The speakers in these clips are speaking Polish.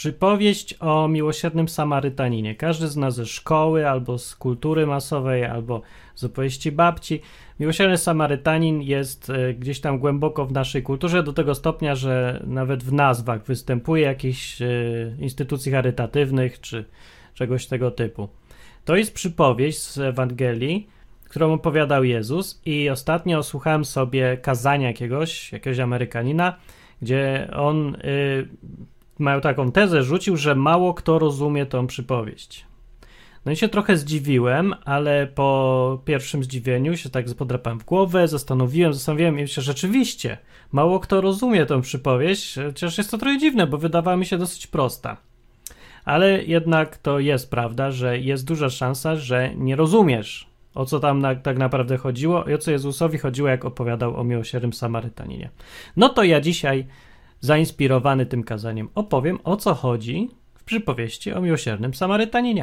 Przypowieść o miłosiernym Samarytaninie. Każdy zna ze szkoły, albo z kultury masowej, albo z opowieści babci. Miłosierny Samarytanin jest gdzieś tam głęboko w naszej kulturze do tego stopnia, że nawet w nazwach występuje jakichś instytucji charytatywnych czy czegoś tego typu. To jest przypowieść z Ewangelii, którą opowiadał Jezus i ostatnio słuchałem sobie kazania jakiegoś Amerykanina, gdzie on mają taką tezę, rzucił, że mało kto rozumie tą przypowieść. No i się trochę zdziwiłem, ale po pierwszym zdziwieniu się tak podrapałem w głowę, zastanowiłem i się rzeczywiście, mało kto rozumie tą przypowieść, chociaż jest to trochę dziwne, bo wydawała mi się dosyć prosta. Ale jednak to jest prawda, że jest duża szansa, że nie rozumiesz, o co tam tak naprawdę chodziło i o co Jezusowi chodziło, jak opowiadał o miłosiernym Samarytaninie. No to ja dzisiaj, zainspirowany tym kazaniem, opowiem, o co chodzi w przypowieści o miłosiernym Samarytaninie.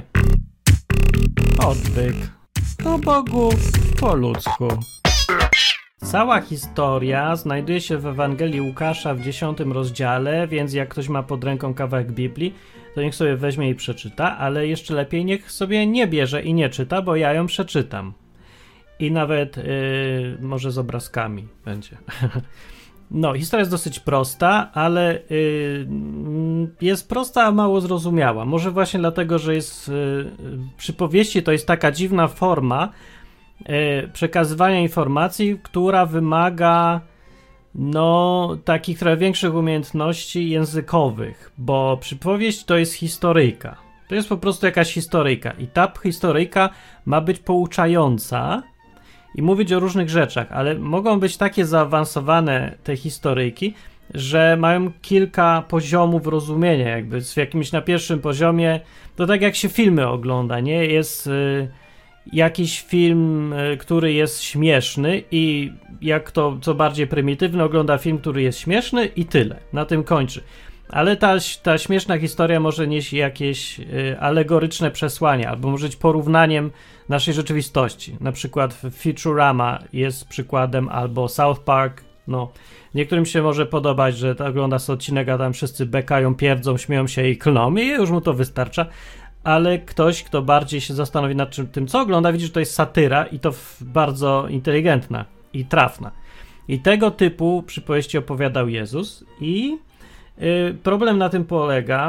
Odwyk. Po Bogu, po ludzku. Cała historia znajduje się w Ewangelii Łukasza w 10 rozdziale, więc jak ktoś ma pod ręką kawałek Biblii, to niech sobie weźmie i przeczyta, ale jeszcze lepiej niech sobie nie bierze i nie czyta, bo ja ją przeczytam. I nawet może z obrazkami będzie. No, historia jest dosyć prosta, ale jest prosta, a mało zrozumiała. Może właśnie dlatego, że jest przypowieści to jest taka dziwna forma przekazywania informacji, która wymaga takich trochę większych umiejętności językowych, bo przypowieść to jest historyjka. To jest po prostu jakaś historyjka i ta historyjka ma być pouczająca i mówić o różnych rzeczach, ale mogą być takie zaawansowane te historyjki, że mają kilka poziomów rozumienia, jakby w jakimś na pierwszym poziomie, to tak jak się filmy ogląda, nie? Jest jakiś film, który jest śmieszny i jak to co bardziej prymitywny ogląda film, który jest śmieszny i tyle, na tym kończy. Ale ta śmieszna historia może nieść jakieś alegoryczne przesłania, albo może być porównaniem naszej rzeczywistości. Na przykład Futurama jest przykładem, albo South Park. No, niektórym się może podobać, że ogląda sobie odcinek, a tam wszyscy bekają, pierdzą, śmieją się i klną i już mu to wystarcza. Ale ktoś, kto bardziej się zastanowi nad tym, co ogląda, widzi, że to jest satyra i to bardzo inteligentna i trafna. I tego typu przypowieści opowiadał Jezus i problem na tym polega,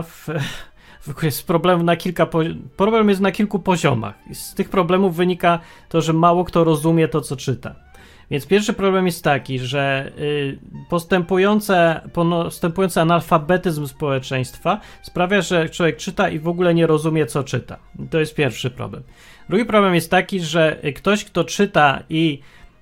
problem jest na kilku poziomach. Z tych problemów wynika to, że mało kto rozumie to, co czyta. Więc pierwszy problem jest taki, że postępujący analfabetyzm społeczeństwa sprawia, że człowiek czyta i w ogóle nie rozumie, co czyta. To jest pierwszy problem. Drugi problem jest taki, że ktoś, kto czyta i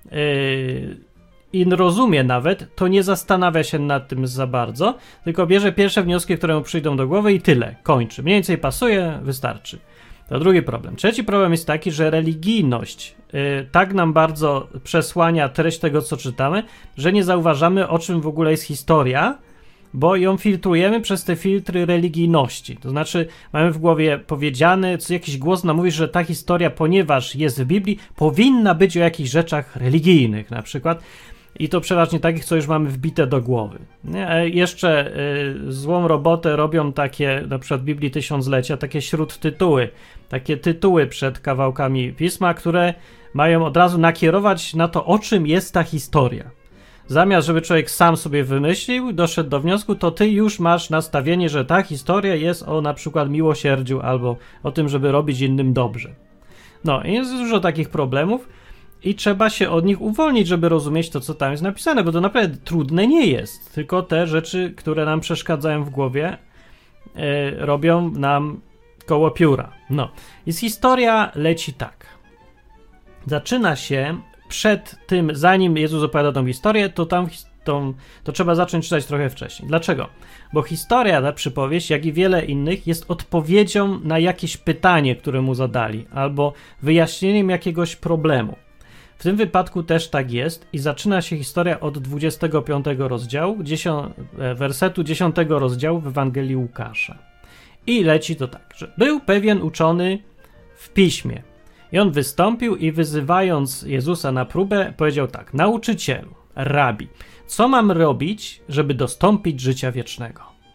rozumie nawet, to nie zastanawia się nad tym za bardzo, tylko bierze pierwsze wnioski, które mu przyjdą do głowy i tyle, kończy. Mniej więcej pasuje, wystarczy. To drugi problem. Trzeci problem jest taki, że religijność tak nam bardzo przesłania treść tego, co czytamy, że nie zauważamy, o czym w ogóle jest historia, bo ją filtrujemy przez te filtry religijności. To znaczy mamy w głowie powiedziane, jakiś głos nam mówi, że ta historia, ponieważ jest w Biblii, powinna być o jakichś rzeczach religijnych na przykład. I to przeważnie takich, co już mamy wbite do głowy. Jeszcze złą robotę robią takie, na przykład w Biblii Tysiąclecia, takie śródtytuły, takie tytuły przed kawałkami pisma, które mają od razu nakierować na to, o czym jest ta historia. Zamiast, żeby człowiek sam sobie wymyślił, doszedł do wniosku, to ty już masz nastawienie, że ta historia jest o na przykład miłosierdziu albo o tym, żeby robić innym dobrze. No i jest dużo takich problemów. I trzeba się od nich uwolnić, żeby rozumieć to, co tam jest napisane, bo to naprawdę trudne nie jest. Tylko te rzeczy, które nam przeszkadzają w głowie, robią nam koło pióra. No. Więc historia leci tak. Zaczyna się przed tym, zanim Jezus opowiada tą historię, to trzeba zacząć czytać trochę wcześniej. Dlaczego? Bo historia, ta przypowieść, jak i wiele innych, jest odpowiedzią na jakieś pytanie, które mu zadali, albo wyjaśnieniem jakiegoś problemu. W tym wypadku też tak jest i zaczyna się historia od 25 rozdziału, wersetu 10 rozdziału w Ewangelii Łukasza. I leci to tak, że był pewien uczony w piśmie i on wystąpił i wyzywając Jezusa na próbę powiedział tak: nauczycielu, rabi, co mam robić, żeby dostąpić życia wiecznego?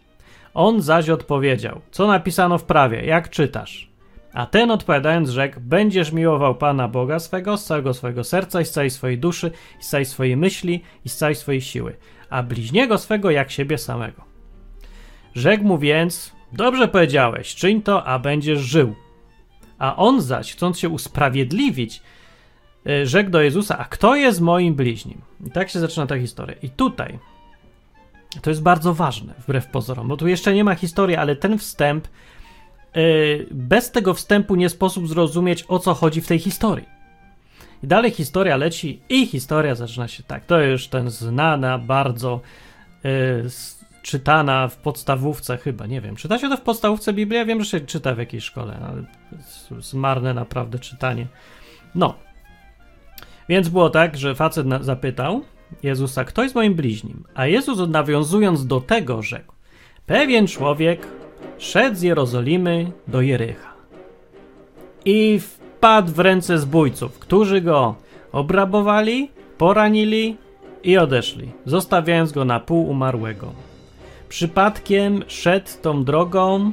On zaś odpowiedział: co napisano w prawie, jak czytasz? A ten odpowiadając rzekł: będziesz miłował Pana Boga swego z całego swojego serca i z całej swojej duszy, i z całej swojej myśli, i z całej swojej siły, a bliźniego swego jak siebie samego. Rzekł mu więc: dobrze powiedziałeś, czyń to, a będziesz żył. A on zaś, chcąc się usprawiedliwić, rzekł do Jezusa: a kto jest moim bliźnim? I tak się zaczyna ta historia. I tutaj to jest bardzo ważne, wbrew pozorom, bo tu jeszcze nie ma historii, ale ten wstęp, bez tego wstępu nie sposób zrozumieć, o co chodzi w tej historii. I dalej historia leci i historia zaczyna się tak. To już ten znana, bardzo czytana w podstawówce chyba, nie wiem. Czyta się to w podstawówce Biblii? Ja wiem, że się czyta w jakiejś szkole, ale jest marne naprawdę czytanie. No. Więc było tak, że facet zapytał Jezusa: kto jest moim bliźnim? A Jezus, nawiązując do tego, rzekł: pewien człowiek szedł z Jerozolimy do Jericha i wpadł w ręce zbójców, którzy go obrabowali, poranili i odeszli, zostawiając go na pół umarłego. Przypadkiem szedł tą drogą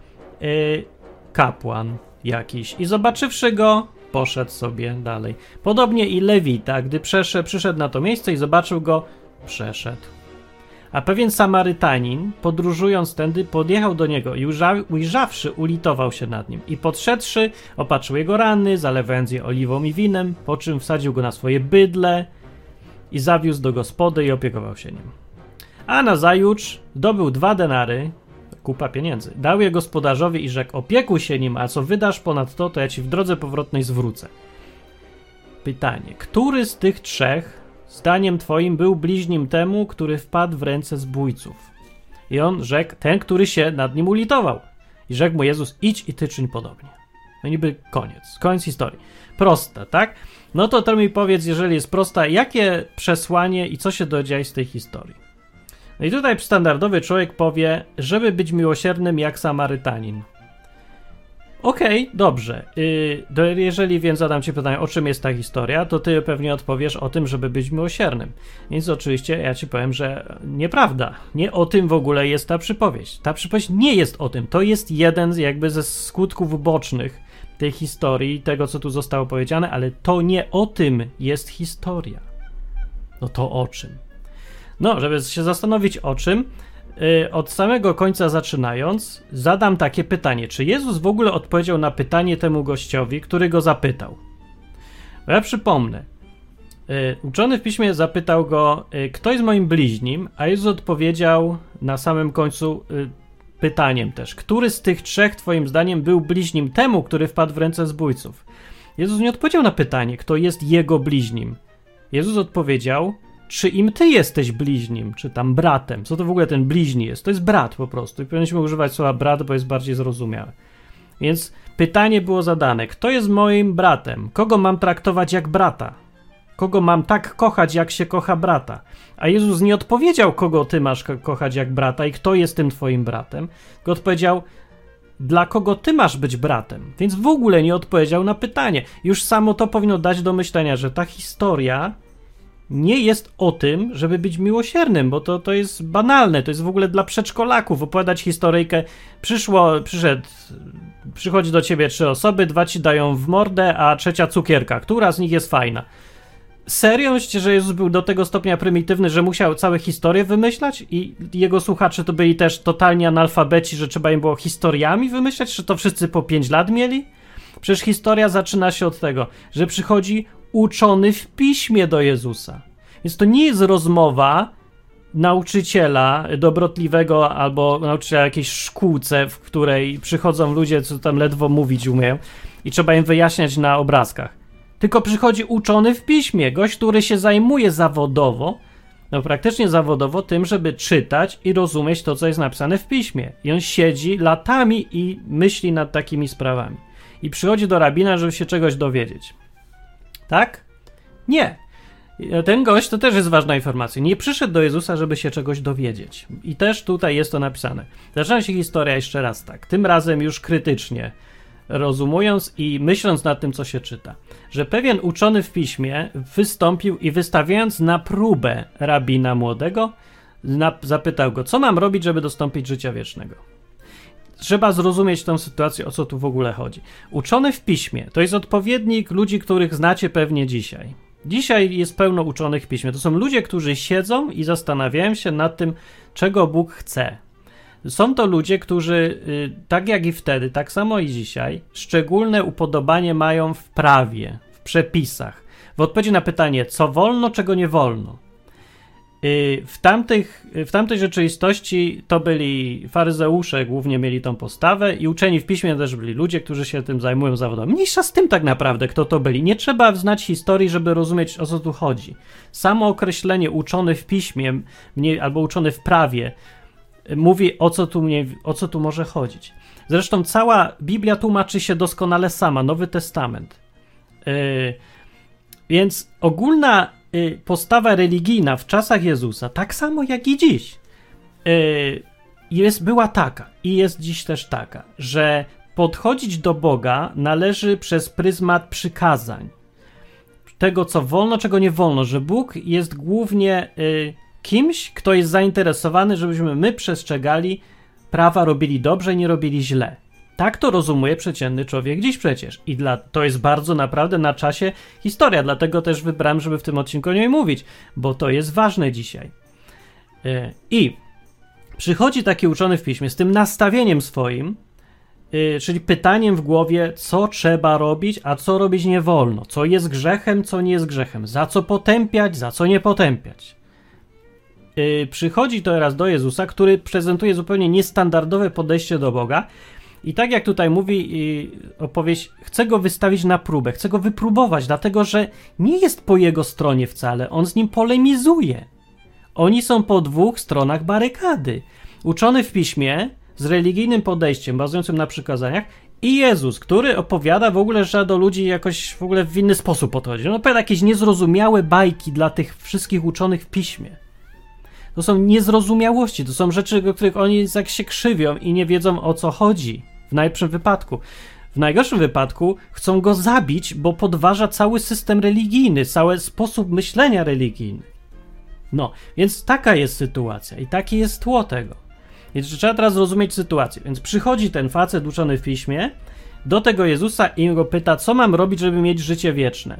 kapłan jakiś i zobaczywszy go, poszedł sobie dalej. Podobnie i Lewita, gdy przyszedł na to miejsce i zobaczył go, przeszedł. A pewien Samarytanin, podróżując tędy, podjechał do niego i ujrzawszy, ulitował się nad nim. I podszedłszy, opatrzył jego rany, zalewając je oliwą i winem, po czym wsadził go na swoje bydle i zawiózł do gospody i opiekował się nim. A nazajutrz zdobył 2 denary, kupa pieniędzy, dał je gospodarzowi i rzekł: opiekuj się nim, a co wydasz ponad to ja ci w drodze powrotnej zwrócę. Pytanie: który z tych 3 zdaniem twoim był bliźnim temu, który wpadł w ręce zbójców? I on rzekł: ten, który się nad nim ulitował. I rzekł mu Jezus: idź i ty czyń podobnie. No niby koniec historii. Prosta, tak? No to mi powiedz, jeżeli jest prosta, jakie przesłanie i co się dodzieje z tej historii? No i tutaj standardowy człowiek powie, żeby być miłosiernym jak Samarytanin. Okej, dobrze. Jeżeli więc zadam ci pytanie, o czym jest ta historia, to ty pewnie odpowiesz o tym, żeby być miłosiernym. Więc oczywiście ja ci powiem, że nieprawda. Nie o tym w ogóle jest ta przypowieść. Ta przypowieść nie jest o tym. To jest jeden jakby ze skutków bocznych tej historii, tego co tu zostało powiedziane, ale to nie o tym jest historia. No to o czym? No, żeby się zastanowić o czym, od samego końca zaczynając, zadam takie pytanie. Czy Jezus w ogóle odpowiedział na pytanie temu gościowi, który go zapytał? Bo ja przypomnę. Uczony w piśmie zapytał go: kto jest moim bliźnim? A Jezus odpowiedział na samym końcu pytaniem też: który z tych 3 twoim zdaniem był bliźnim temu, który wpadł w ręce zbójców? Jezus nie odpowiedział na pytanie, kto jest jego bliźnim. Jezus odpowiedział: czy im ty jesteś bliźnim, czy tam bratem? Co to w ogóle ten bliźni jest? To jest brat po prostu. I powinniśmy używać słowa brat, bo jest bardziej zrozumiałe. Więc pytanie było zadane: kto jest moim bratem? Kogo mam traktować jak brata? Kogo mam tak kochać, jak się kocha brata? A Jezus nie odpowiedział, kogo ty masz kochać jak brata i kto jest tym twoim bratem, tylko odpowiedział: dla kogo ty masz być bratem? Więc w ogóle nie odpowiedział na pytanie. Już samo to powinno dać do myślenia, że ta historia nie jest o tym, żeby być miłosiernym, bo to jest banalne, to jest w ogóle dla przedszkolaków opowiadać historyjkę. Przychodzi do ciebie 3 osoby, 2 ci dają w mordę, a 3 cukierka. Która z nich jest fajna? Serio myślicie, że Jezus był do tego stopnia prymitywny, że musiał całe historie wymyślać i jego słuchacze to byli też totalni analfabeci, że trzeba im było historiami wymyślać, że to wszyscy po 5 lat mieli? Przecież historia zaczyna się od tego, że przychodzi uczony w piśmie do Jezusa. Więc to nie jest rozmowa nauczyciela dobrotliwego albo nauczyciela jakiejś szkółce, w której przychodzą ludzie, co tam ledwo mówić umieją i trzeba im wyjaśniać na obrazkach. Tylko przychodzi uczony w piśmie, gość, który się zajmuje zawodowo, praktycznie zawodowo tym, żeby czytać i rozumieć to, co jest napisane w piśmie. I on siedzi latami i myśli nad takimi sprawami. I przychodzi do rabina, żeby się czegoś dowiedzieć. Tak? Nie. Ten gość, to też jest ważna informacja, nie przyszedł do Jezusa, żeby się czegoś dowiedzieć. I też tutaj jest to napisane. Zaczyna się historia jeszcze raz tak, tym razem już krytycznie, rozumując i myśląc nad tym, co się czyta, że pewien uczony w piśmie wystąpił i wystawiając na próbę rabina młodego, zapytał go, co mam robić, żeby dostąpić życia wiecznego. Trzeba zrozumieć tę sytuację, o co tu w ogóle chodzi. Uczony w piśmie to jest odpowiednik ludzi, których znacie pewnie dzisiaj. Dzisiaj jest pełno uczonych w piśmie. To są ludzie, którzy siedzą i zastanawiają się nad tym, czego Bóg chce. Są to ludzie, którzy, tak jak i wtedy, tak samo i dzisiaj, szczególne upodobanie mają w prawie, w przepisach. W odpowiedzi na pytanie, co wolno, czego nie wolno. W tamtej rzeczywistości to byli faryzeusze, głównie mieli tą postawę i uczeni w piśmie też byli ludzie, którzy się tym zajmują zawodowo. Mniejsza z tym tak naprawdę, kto to byli. Nie trzeba znać historii, żeby rozumieć, o co tu chodzi. Samo określenie uczony w piśmie albo uczony w prawie mówi, o co tu może chodzić. Zresztą cała Biblia tłumaczy się doskonale sama, Nowy Testament. Więc ogólna postawa religijna w czasach Jezusa, tak samo jak i dziś, była taka i jest dziś też taka, że podchodzić do Boga należy przez pryzmat przykazań. Tego, co wolno, czego nie wolno, że Bóg jest głównie kimś, kto jest zainteresowany, żebyśmy my przestrzegali prawa, robili dobrze i nie robili źle. Tak to rozumuje przeciętny człowiek dziś przecież. I to jest bardzo naprawdę na czasie historia, dlatego też wybrałem, żeby w tym odcinku o niej mówić, bo to jest ważne dzisiaj. I przychodzi taki uczony w piśmie z tym nastawieniem swoim, czyli pytaniem w głowie, co trzeba robić, a co robić nie wolno, co jest grzechem, co nie jest grzechem, za co potępiać, za co nie potępiać. Przychodzi to teraz do Jezusa, który prezentuje zupełnie niestandardowe podejście do Boga. I tak jak tutaj mówi opowieść, chce go wystawić na próbę, chce go wypróbować, dlatego że nie jest po jego stronie wcale, on z nim polemizuje. Oni są po dwóch stronach barykady. Uczony w piśmie, z religijnym podejściem, bazującym na przykazaniach, i Jezus, który opowiada w ogóle, że do ludzi jakoś w ogóle w inny sposób podchodzi. On opowiada jakieś niezrozumiałe bajki dla tych wszystkich uczonych w piśmie. To są niezrozumiałości, to są rzeczy, do których oni jak się krzywią i nie wiedzą, o co chodzi. W najlepszym wypadku. W najgorszym wypadku chcą go zabić, bo podważa cały system religijny, cały sposób myślenia religijny. No, więc taka jest sytuacja i takie jest tło tego. Więc trzeba teraz rozumieć sytuację. Więc przychodzi ten facet uczony w piśmie do tego Jezusa i go pyta, co mam robić, żeby mieć życie wieczne.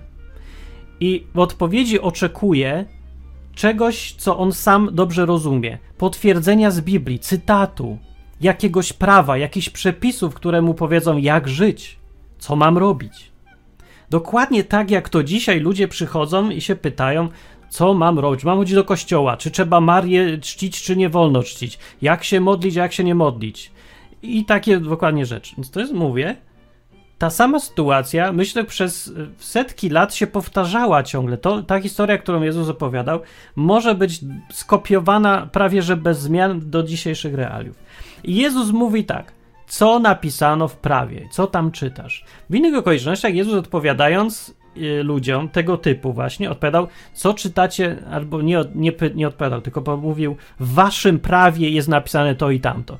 I w odpowiedzi oczekuje czegoś, co on sam dobrze rozumie. Potwierdzenia z Biblii, cytatu, jakiegoś prawa, jakichś przepisów, które mu powiedzą, jak żyć, co mam robić. Dokładnie tak, jak to dzisiaj ludzie przychodzą i się pytają, co mam robić? Mam chodzić do kościoła, czy trzeba Marię czcić, czy nie wolno czcić, jak się modlić, jak się nie modlić. I takie dokładnie rzeczy. Więc to jest, mówię, ta sama sytuacja, myślę, przez setki lat się powtarzała ciągle. Ta historia, którą Jezus opowiadał, może być skopiowana prawie że bez zmian do dzisiejszych realiów. I Jezus mówi tak, co napisano w prawie, co tam czytasz. W innych okolicznościach Jezus odpowiadając ludziom tego typu właśnie, odpowiadał, co czytacie, albo nie odpowiadał, tylko mówił, w waszym prawie jest napisane to i tamto.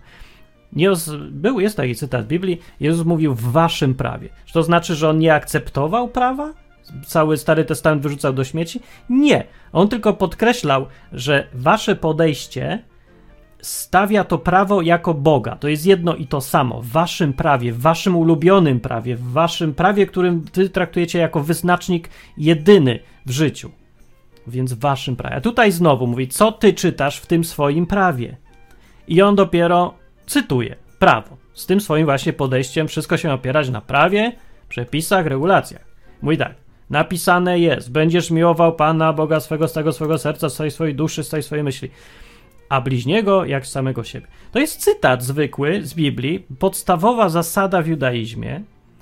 Jest taki cytat w Biblii, Jezus mówił w waszym prawie. Czy to znaczy, że on nie akceptował prawa? Cały Stary Testament wyrzucał do śmieci? Nie. On tylko podkreślał, że wasze podejście stawia to prawo jako Boga. To jest jedno i to samo. W waszym prawie, w waszym ulubionym prawie, w waszym prawie, którym wy traktujecie jako wyznacznik jedyny w życiu. Więc w waszym prawie. A tutaj znowu mówi, co ty czytasz w tym swoim prawie? I on dopiero cytuje prawo. Z tym swoim właśnie podejściem wszystko się opierać na prawie, przepisach, regulacjach. Mówi tak, napisane jest, będziesz miłował Pana Boga swego z tego swego serca, z całej swojej duszy, z całej swojej myśli, a bliźniego jak samego siebie. To jest cytat zwykły z Biblii, podstawowa zasada w judaizmie,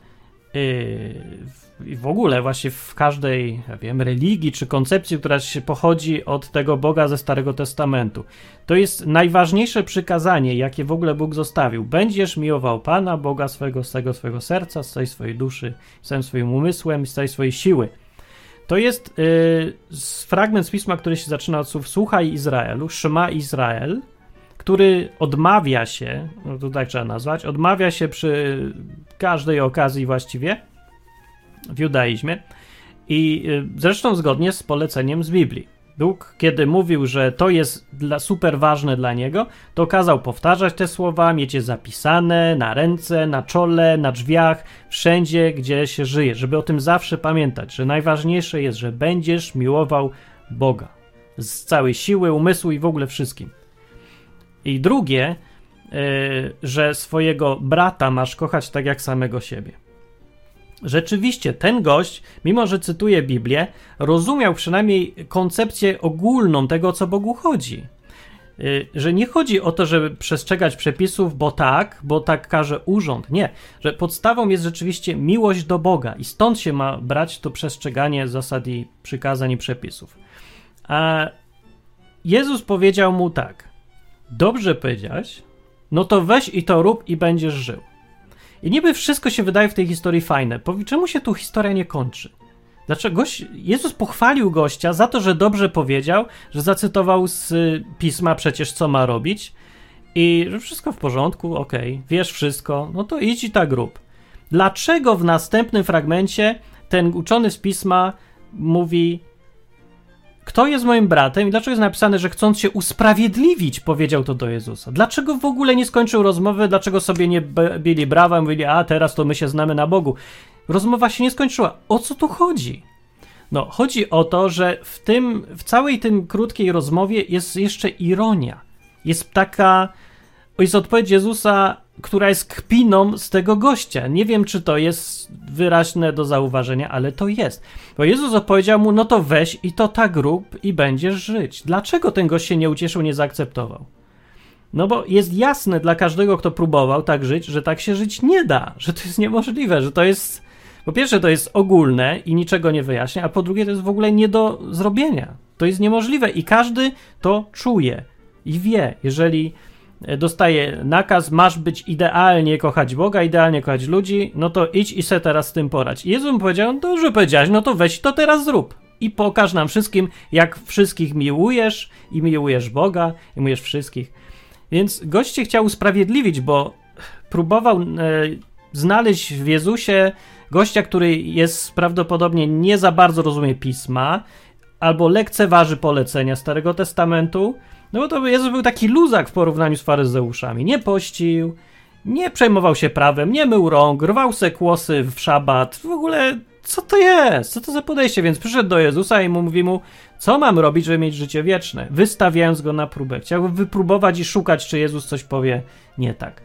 w ogóle właśnie w każdej, religii czy koncepcji, która się pochodzi od tego Boga ze Starego Testamentu. To jest najważniejsze przykazanie, jakie w ogóle Bóg zostawił. Będziesz miłował Pana Boga swego z tego swojego serca, z całej swojej duszy, z całym swoim umysłem, z całej swojej siły. To jest fragment z Pisma, który się zaczyna od słów Słuchaj Izraelu, Szma Izrael, który odmawia się, no to tak trzeba nazwać, odmawia się przy każdej okazji właściwie w judaizmie i zresztą zgodnie z poleceniem z Biblii. Bóg, kiedy mówił, że to jest super ważne dla niego, to kazał powtarzać te słowa, mieć je zapisane na ręce, na czole, na drzwiach, wszędzie, gdzie się żyje, żeby o tym zawsze pamiętać, że najważniejsze jest, że będziesz miłował Boga z całej siły, umysłu i w ogóle wszystkim. I drugie, że swojego brata masz kochać tak jak samego siebie. Rzeczywiście ten gość, mimo że cytuje Biblię, rozumiał przynajmniej koncepcję ogólną tego, o co Bogu chodzi. Że nie chodzi o to, żeby przestrzegać przepisów, bo tak każe urząd. Nie, że podstawą jest rzeczywiście miłość do Boga i stąd się ma brać to przestrzeganie zasad i przykazań i przepisów. A Jezus powiedział mu tak: dobrze powiedziałeś, no to weź i to rób i będziesz żył. I niby wszystko się wydaje w tej historii fajne. Czemu się tu historia nie kończy? Dlaczego Jezus pochwalił gościa za to, że dobrze powiedział, że zacytował z pisma przecież co ma robić i że wszystko w porządku, okej, wiesz wszystko, no to idź i tak rób. Dlaczego w następnym fragmencie ten uczony z pisma mówi: kto jest moim bratem i dlaczego jest napisane, że chcąc się usprawiedliwić powiedział to do Jezusa? Dlaczego w ogóle nie skończył rozmowy? Dlaczego sobie nie bili brawa, mówili: a teraz to my się znamy na Bogu? Rozmowa się nie skończyła. O co tu chodzi? No, chodzi o to, że w całej tym krótkiej rozmowie jest jeszcze ironia. Jest odpowiedź Jezusa, która jest kpiną z tego gościa. Nie wiem, czy to jest wyraźne do zauważenia, ale to jest. Bo Jezus odpowiedział mu: no to weź i to tak rób i będziesz żyć. Dlaczego ten gość się nie ucieszył, nie zaakceptował? No bo jest jasne dla każdego, kto próbował tak żyć, że tak się żyć nie da, że to jest niemożliwe, że to jest... Po pierwsze, to jest ogólne i niczego nie wyjaśnia, a po drugie, to jest w ogóle nie do zrobienia. To jest niemożliwe i każdy to czuje i wie. Jeżeli dostaje nakaz, masz być idealnie kochać Boga, idealnie kochać ludzi, no to idź i se teraz z tym poradź. I Jezus mu powiedział: no dobrze powiedziałeś, no to weź to teraz zrób. I pokaż nam wszystkim, jak wszystkich miłujesz i miłujesz Boga i miłujesz wszystkich. Więc gość się chciał usprawiedliwić, bo próbował znaleźć w Jezusie gościa, który jest prawdopodobnie nie za bardzo rozumie Pisma, albo lekceważy polecenia Starego Testamentu, no bo to Jezus był taki luzak w porównaniu z faryzeuszami. Nie pościł, nie przejmował się prawem, nie mył rąk, rwał se kłosy w szabat. W ogóle co to jest? Co to za podejście? Więc przyszedł do Jezusa i mówi mu: co mam robić, żeby mieć życie wieczne? Wystawiając go na próbę. Chciał wypróbować i szukać, czy Jezus coś powie nie tak.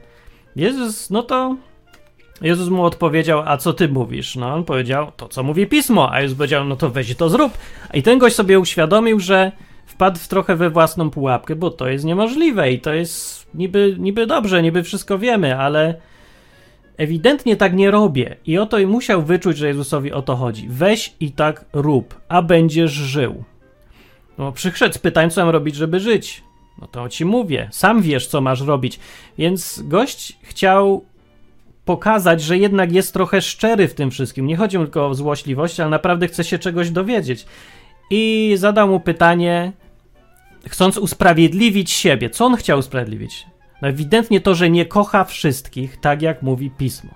Jezus mu odpowiedział: a co ty mówisz? No on powiedział: to co mówi Pismo. A Jezus powiedział: no to weź i to zrób. I ten gość sobie uświadomił, że wpadł trochę we własną pułapkę, bo to jest niemożliwe i to jest niby dobrze, niby wszystko wiemy, ale ewidentnie tak nie robię. I oto i musiał wyczuć, że Jezusowi o to chodzi. Weź i tak rób, a będziesz żył. No przyszedł z pytań, co mam robić, żeby żyć. No to ci mówię, sam wiesz, co masz robić. Więc gość chciał pokazać, że jednak jest trochę szczery w tym wszystkim. Nie chodzi mu tylko o złośliwość, ale naprawdę chce się czegoś dowiedzieć. I zadał mu pytanie, chcąc usprawiedliwić siebie. Co on chciał usprawiedliwić? No ewidentnie to, że nie kocha wszystkich, tak jak mówi Pismo.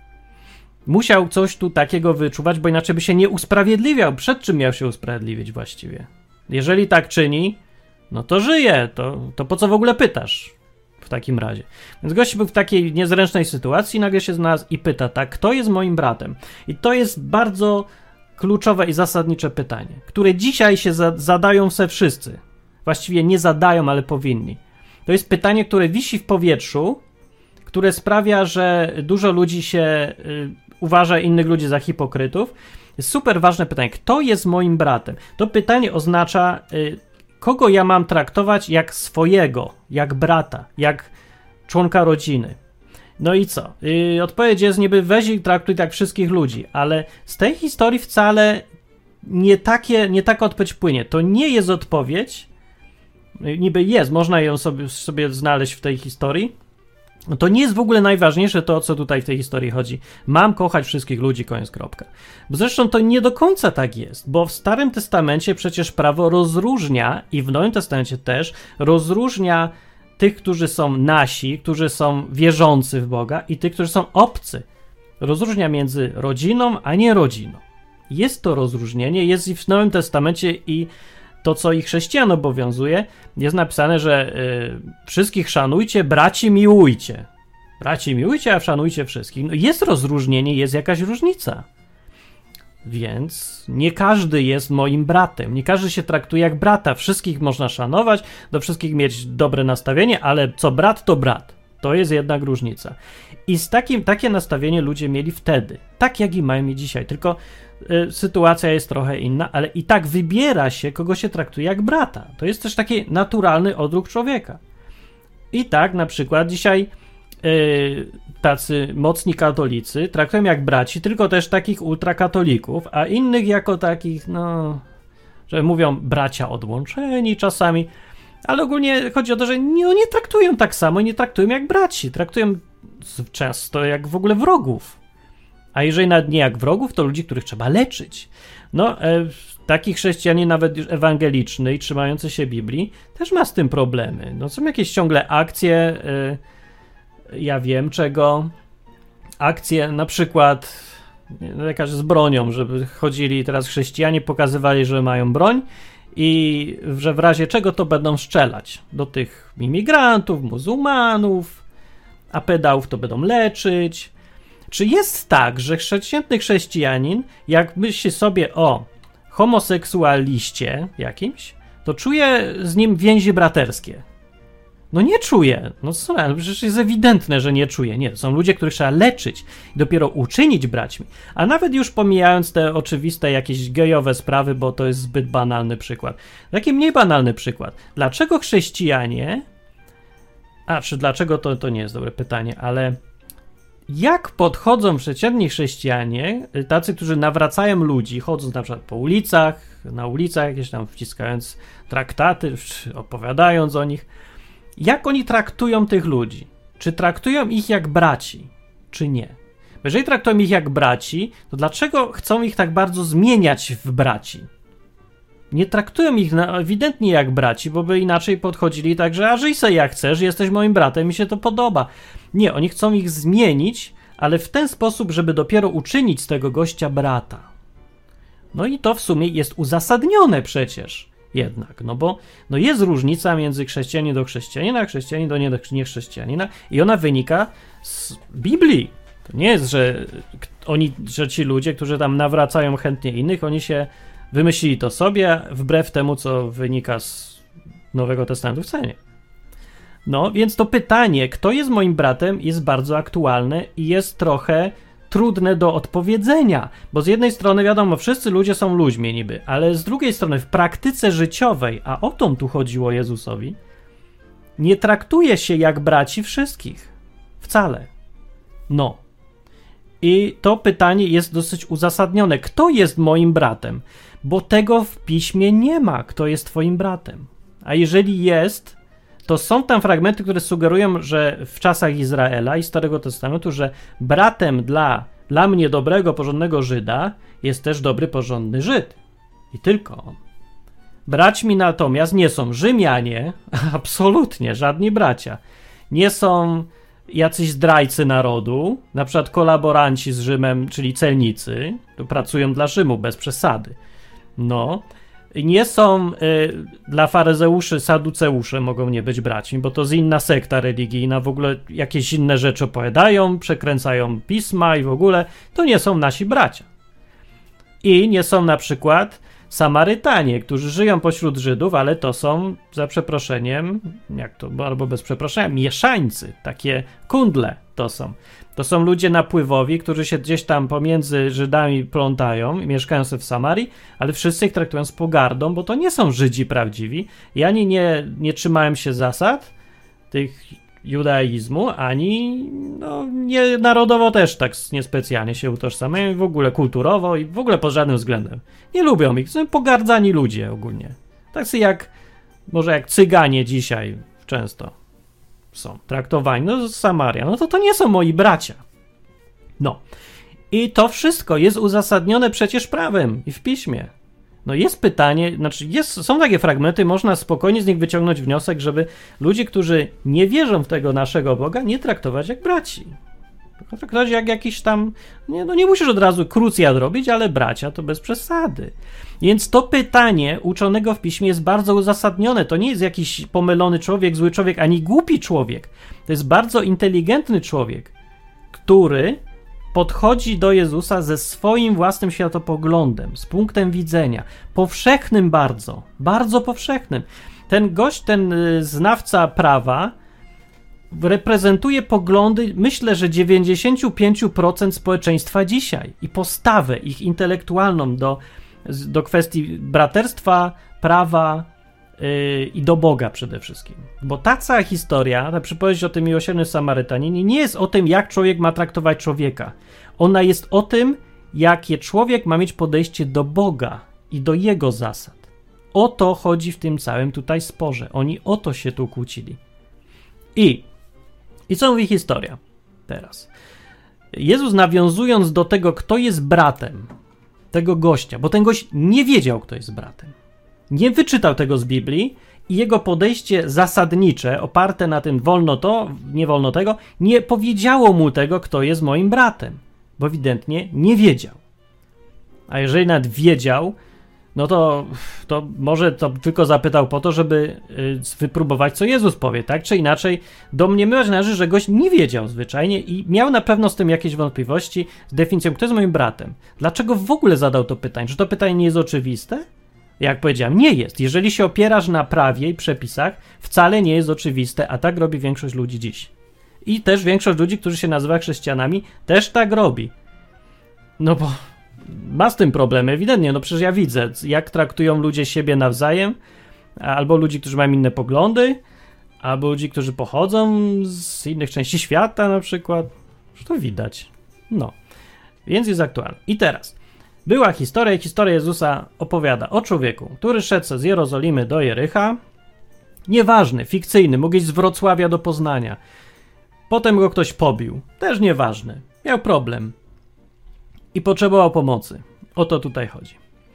Musiał coś tu takiego wyczuwać, bo inaczej by się nie usprawiedliwiał. Przed czym miał się usprawiedliwić właściwie? Jeżeli tak czyni, no to żyje. To po co w ogóle pytasz w takim razie? Więc gość był w takiej niezręcznej sytuacji, nagle się znalazł i pyta: tak, kto jest moim bratem? I to jest bardzo kluczowe i zasadnicze pytanie, które dzisiaj się zadają se wszyscy. Właściwie nie zadają, ale powinni. To jest pytanie, które wisi w powietrzu, które sprawia, że dużo ludzi się uważa innych ludzi za hipokrytów. Jest super ważne pytanie. Kto jest moim bratem? To pytanie oznacza, kogo ja mam traktować jak swojego, jak brata, jak członka rodziny. No i co? Odpowiedź jest niby: weź i traktuj tak wszystkich ludzi, ale z tej historii wcale nie taka odpowiedź płynie. To nie jest odpowiedź, niby jest, można ją sobie znaleźć w tej historii. No to nie jest w ogóle najważniejsze to, o co tutaj w tej historii chodzi. Mam kochać wszystkich ludzi, koniec, kropka. Bo zresztą to nie do końca tak jest, bo w Starym Testamencie przecież prawo rozróżnia, i w Nowym Testamencie też, rozróżnia tych, którzy są nasi, którzy są wierzący w Boga, i tych, którzy są obcy. Rozróżnia między rodziną, a nie rodziną. Jest to rozróżnienie, jest i w Nowym Testamencie, i to, co ich chrześcijan obowiązuje, jest napisane, że wszystkich szanujcie, braci miłujcie. Braci miłujcie, a szanujcie wszystkich. No jest rozróżnienie, jest jakaś różnica. Więc nie każdy jest moim bratem, nie każdy się traktuje jak brata. Wszystkich można szanować, do wszystkich mieć dobre nastawienie, ale co brat, to brat. To jest jednak różnica. I takie nastawienie ludzie mieli wtedy, tak jak i mają mi dzisiaj, tylko sytuacja jest trochę inna, ale i tak wybiera się, kogo się traktuje jak brata. To jest też taki naturalny odruch człowieka. I tak na przykład dzisiaj tacy mocni katolicy traktują jak braci, tylko też takich ultrakatolików, a innych jako takich, no, że mówią bracia odłączeni czasami, ale ogólnie chodzi o to, że nie traktują tak samo, nie traktują jak braci, traktują często jak w ogóle wrogów. A jeżeli nawet nie jak wrogów, to ludzi, których trzeba leczyć. No, taki chrześcijanin nawet już ewangeliczny i trzymający się Biblii też ma z tym problemy. No, są jakieś ciągle akcje, ja wiem czego, akcje na przykład lekarze z bronią, żeby chodzili teraz chrześcijanie, pokazywali, że mają broń i że w razie czego to będą strzelać do tych imigrantów, muzułmanów, a pedałów to będą leczyć. Czy jest tak, że przeciętny chrześcijanin, jak myśli sobie o homoseksualiście jakimś, to czuje z nim więzi braterskie? No nie czuje. No sorry, przecież jest ewidentne, że nie czuje. Nie, to są ludzie, których trzeba leczyć i dopiero uczynić braćmi. A nawet już pomijając te oczywiste jakieś gejowe sprawy, bo to jest zbyt banalny przykład. Taki mniej banalny przykład. Dlaczego chrześcijanie... czy dlaczego to nie jest dobre pytanie, ale... Jak podchodzą przeciętni chrześcijanie, tacy, którzy nawracają ludzi, chodząc na przykład na ulicach, jakieś tam wciskając traktaty, opowiadając o nich, jak oni traktują tych ludzi? Czy traktują ich jak braci, czy nie? Bo jeżeli traktują ich jak braci, to dlaczego chcą ich tak bardzo zmieniać w braci? Nie traktują ich ewidentnie jak braci, bo by inaczej podchodzili tak, że a żyj se jak chcesz, jesteś moim bratem, mi się to podoba. Nie, oni chcą ich zmienić, ale w ten sposób, żeby dopiero uczynić z tego gościa brata. No i to w sumie jest uzasadnione przecież jednak, no bo jest różnica między chrześcijaninem do chrześcijanina, a chrześcijanin do niechrześcijanina i ona wynika z Biblii. To nie jest, że ci ludzie, którzy tam nawracają chętnie innych, oni się wymyślili to sobie, wbrew temu, co wynika z Nowego Testamentu, wcale nie. No, więc to pytanie, kto jest moim bratem, jest bardzo aktualne i jest trochę trudne do odpowiedzenia, bo z jednej strony wiadomo, wszyscy ludzie są ludźmi niby, ale z drugiej strony w praktyce życiowej, a o to tu chodziło Jezusowi, nie traktuje się jak braci wszystkich. Wcale. No. I to pytanie jest dosyć uzasadnione. Kto jest moim bratem? Bo tego w piśmie nie ma, kto jest twoim bratem. A jeżeli jest, to są tam fragmenty, które sugerują, że w czasach Izraela i Starego Testamentu, że bratem dla mnie dobrego, porządnego Żyda jest też dobry, porządny Żyd. I tylko on. Braćmi natomiast nie są Rzymianie, absolutnie, żadni bracia. Nie są jacyś zdrajcy narodu, na przykład kolaboranci z Rzymem, czyli celnicy, to pracują dla Rzymu, bez przesady. No, nie są dla faryzeuszy, saduceusze mogą nie być braćmi, bo to jest inna sekta religijna, w ogóle jakieś inne rzeczy opowiadają, przekręcają pisma i w ogóle to nie są nasi bracia. I nie są na przykład Samarytanie, którzy żyją pośród Żydów, ale to są, za przeproszeniem, albo bez przeproszenia, mieszańcy, takie kundle to są. To są ludzie napływowi, którzy się gdzieś tam pomiędzy Żydami plątają i mieszkają sobie w Samarii, ale wszyscy ich traktują z pogardą, bo to nie są Żydzi prawdziwi i ani nie trzymają się zasad tych judaizmu, ani nie narodowo też tak niespecjalnie się utożsamiają i w ogóle kulturowo i w ogóle pod żadnym względem. Nie lubią ich, są pogardzani ludzie ogólnie. Tacy jak Cyganie dzisiaj często są traktowani, z Samaria, to nie są moi bracia. No. I to wszystko jest uzasadnione przecież prawem i w piśmie. No jest pytanie, są takie fragmenty, można spokojnie z nich wyciągnąć wniosek, żeby ludzie, którzy nie wierzą w tego naszego Boga, nie traktować jak braci. Ktoś jak jakiś tam, nie musisz od razu krucjat robić, ale bracia to bez przesady. Więc to pytanie uczonego w piśmie jest bardzo uzasadnione. To nie jest jakiś pomylony człowiek, zły człowiek, ani głupi człowiek. To jest bardzo inteligentny człowiek, który podchodzi do Jezusa ze swoim własnym światopoglądem, z punktem widzenia, powszechnym bardzo, bardzo powszechnym. Ten gość, ten znawca prawa reprezentuje poglądy, myślę, że 95% społeczeństwa dzisiaj i postawę ich intelektualną do kwestii braterstwa, prawa i do Boga przede wszystkim. Bo ta cała historia, ta przypowieść o tym miłosiernym Samarytaninie nie jest o tym, jak człowiek ma traktować człowieka. Ona jest o tym, jakie człowiek ma mieć podejście do Boga i do Jego zasad. O to chodzi w tym całym tutaj sporze. Oni o to się tu kłócili. I co mówi historia teraz? Jezus, nawiązując do tego, kto jest bratem tego gościa, bo ten gość nie wiedział, kto jest bratem. Nie wyczytał tego z Biblii i jego podejście zasadnicze, oparte na tym wolno to, nie wolno tego, nie powiedziało mu tego, kto jest moim bratem, bo ewidentnie nie wiedział. A jeżeli nawet wiedział, no to może to tylko zapytał po to, żeby wypróbować, co Jezus powie, tak? Czy inaczej domniemywać należy, że gość nie wiedział zwyczajnie i miał na pewno z tym jakieś wątpliwości z definicją, kto jest moim bratem. Dlaczego w ogóle zadał to pytanie? Czy to pytanie nie jest oczywiste? Jak powiedziałem, nie jest. Jeżeli się opierasz na prawie i przepisach, wcale nie jest oczywiste, a tak robi większość ludzi dziś. I też większość ludzi, którzy się nazywa chrześcijanami, też tak robi. No bo ma z tym problem, ewidentnie. No przecież ja widzę, jak traktują ludzie siebie nawzajem, albo ludzi, którzy mają inne poglądy, albo ludzi, którzy pochodzą z innych części świata na przykład. To widać. No. Więc jest aktualne. I teraz. Była historia i historia Jezusa opowiada o człowieku, który szedł z Jerozolimy do Jericha. Nieważny, fikcyjny, mógł iść z Wrocławia do Poznania. Potem go ktoś pobił. Też nieważny. Miał problem. I potrzebował pomocy. O to tutaj chodzi.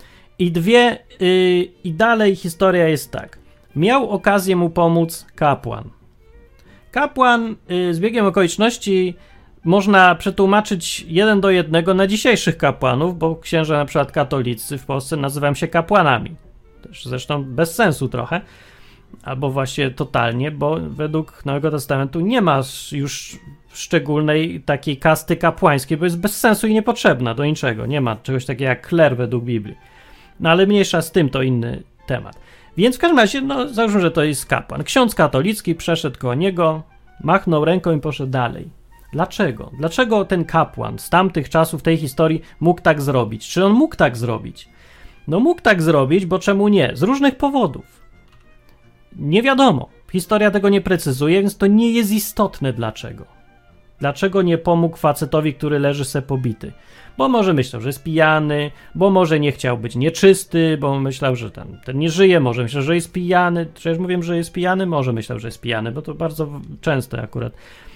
I dalej historia jest tak. Miał okazję mu pomóc kapłan. Kapłan z biegiem okoliczności można przetłumaczyć 1:1 na dzisiejszych kapłanów, bo księża na przykład katolicy w Polsce nazywają się kapłanami. Też zresztą bez sensu trochę, albo właśnie totalnie, bo według Nowego Testamentu nie ma już szczególnej takiej kasty kapłańskiej, bo jest bez sensu i niepotrzebna do niczego. Nie ma czegoś takiego jak kler według Biblii. No ale mniejsza z tym, to inny temat. Więc w każdym razie, no załóżmy, że to jest kapłan. Ksiądz katolicki przeszedł koło niego, machnął ręką i poszedł dalej. Dlaczego? Dlaczego ten kapłan z tamtych czasów, tej historii mógł tak zrobić? Czy on mógł tak zrobić? No mógł tak zrobić, bo czemu nie? Z różnych powodów. Nie wiadomo. Historia tego nie precyzuje, więc to nie jest istotne dlaczego. Dlaczego nie pomógł facetowi, który leży se pobity? Bo może myślał, że jest pijany, bo może nie chciał być nieczysty, bo myślał, że ten nie żyje, może myślał, że jest pijany. Czy już mówię, że jest pijany? Może myślał, że jest pijany, bo to bardzo częste akurat.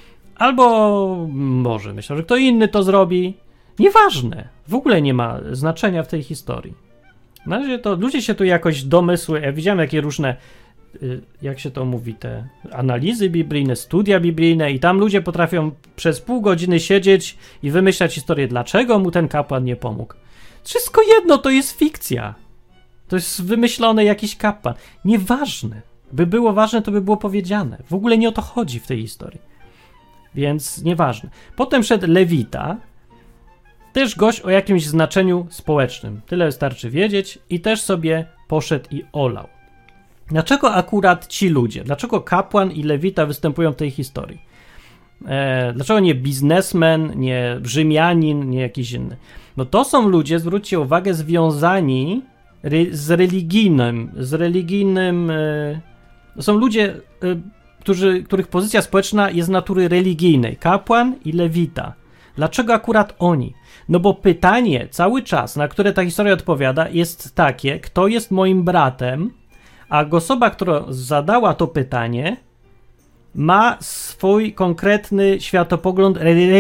Albo może myślał, że kto inny to zrobi. Nieważne. W ogóle nie ma znaczenia w tej historii. Na razie to ludzie się tu jakoś domysły. Ja widziałem jakie różne, jak się to mówi, te analizy biblijne, studia biblijne i tam ludzie potrafią przez pół godziny siedzieć i wymyślać historię, dlaczego mu ten kapłan nie pomógł. Wszystko jedno, to jest fikcja. To jest wymyślony jakiś kapłan. Nieważne. By było ważne, to by było powiedziane. W ogóle nie o to chodzi w tej historii. Więc nieważne. Potem szedł Lewita, też gość o jakimś znaczeniu społecznym. Tyle wystarczy wiedzieć i też sobie poszedł i olał. Dlaczego akurat ci ludzie? Dlaczego kapłan i Lewita występują w tej historii? Dlaczego nie biznesmen, nie Rzymianin, nie jakiś inny? No to są ludzie, zwróćcie uwagę, związani z religijnym... To są ludzie... których pozycja społeczna jest natury religijnej. Kapłan i Lewita. Dlaczego akurat oni? No bo pytanie cały czas, na które ta historia odpowiada, jest takie, kto jest moim bratem, a osoba, która zadała to pytanie, ma swój konkretny światopogląd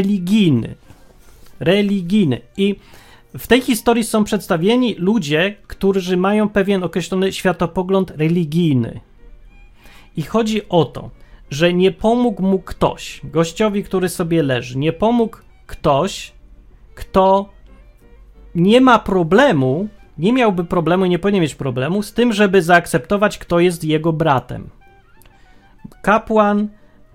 religijny. I w tej historii są przedstawieni ludzie, którzy mają pewien określony światopogląd religijny. I chodzi o to, że nie pomógł mu ktoś, gościowi, który sobie leży, nie pomógł ktoś, kto nie ma problemu, nie miałby problemu i nie powinien mieć problemu z tym, żeby zaakceptować, kto jest jego bratem. Kapłan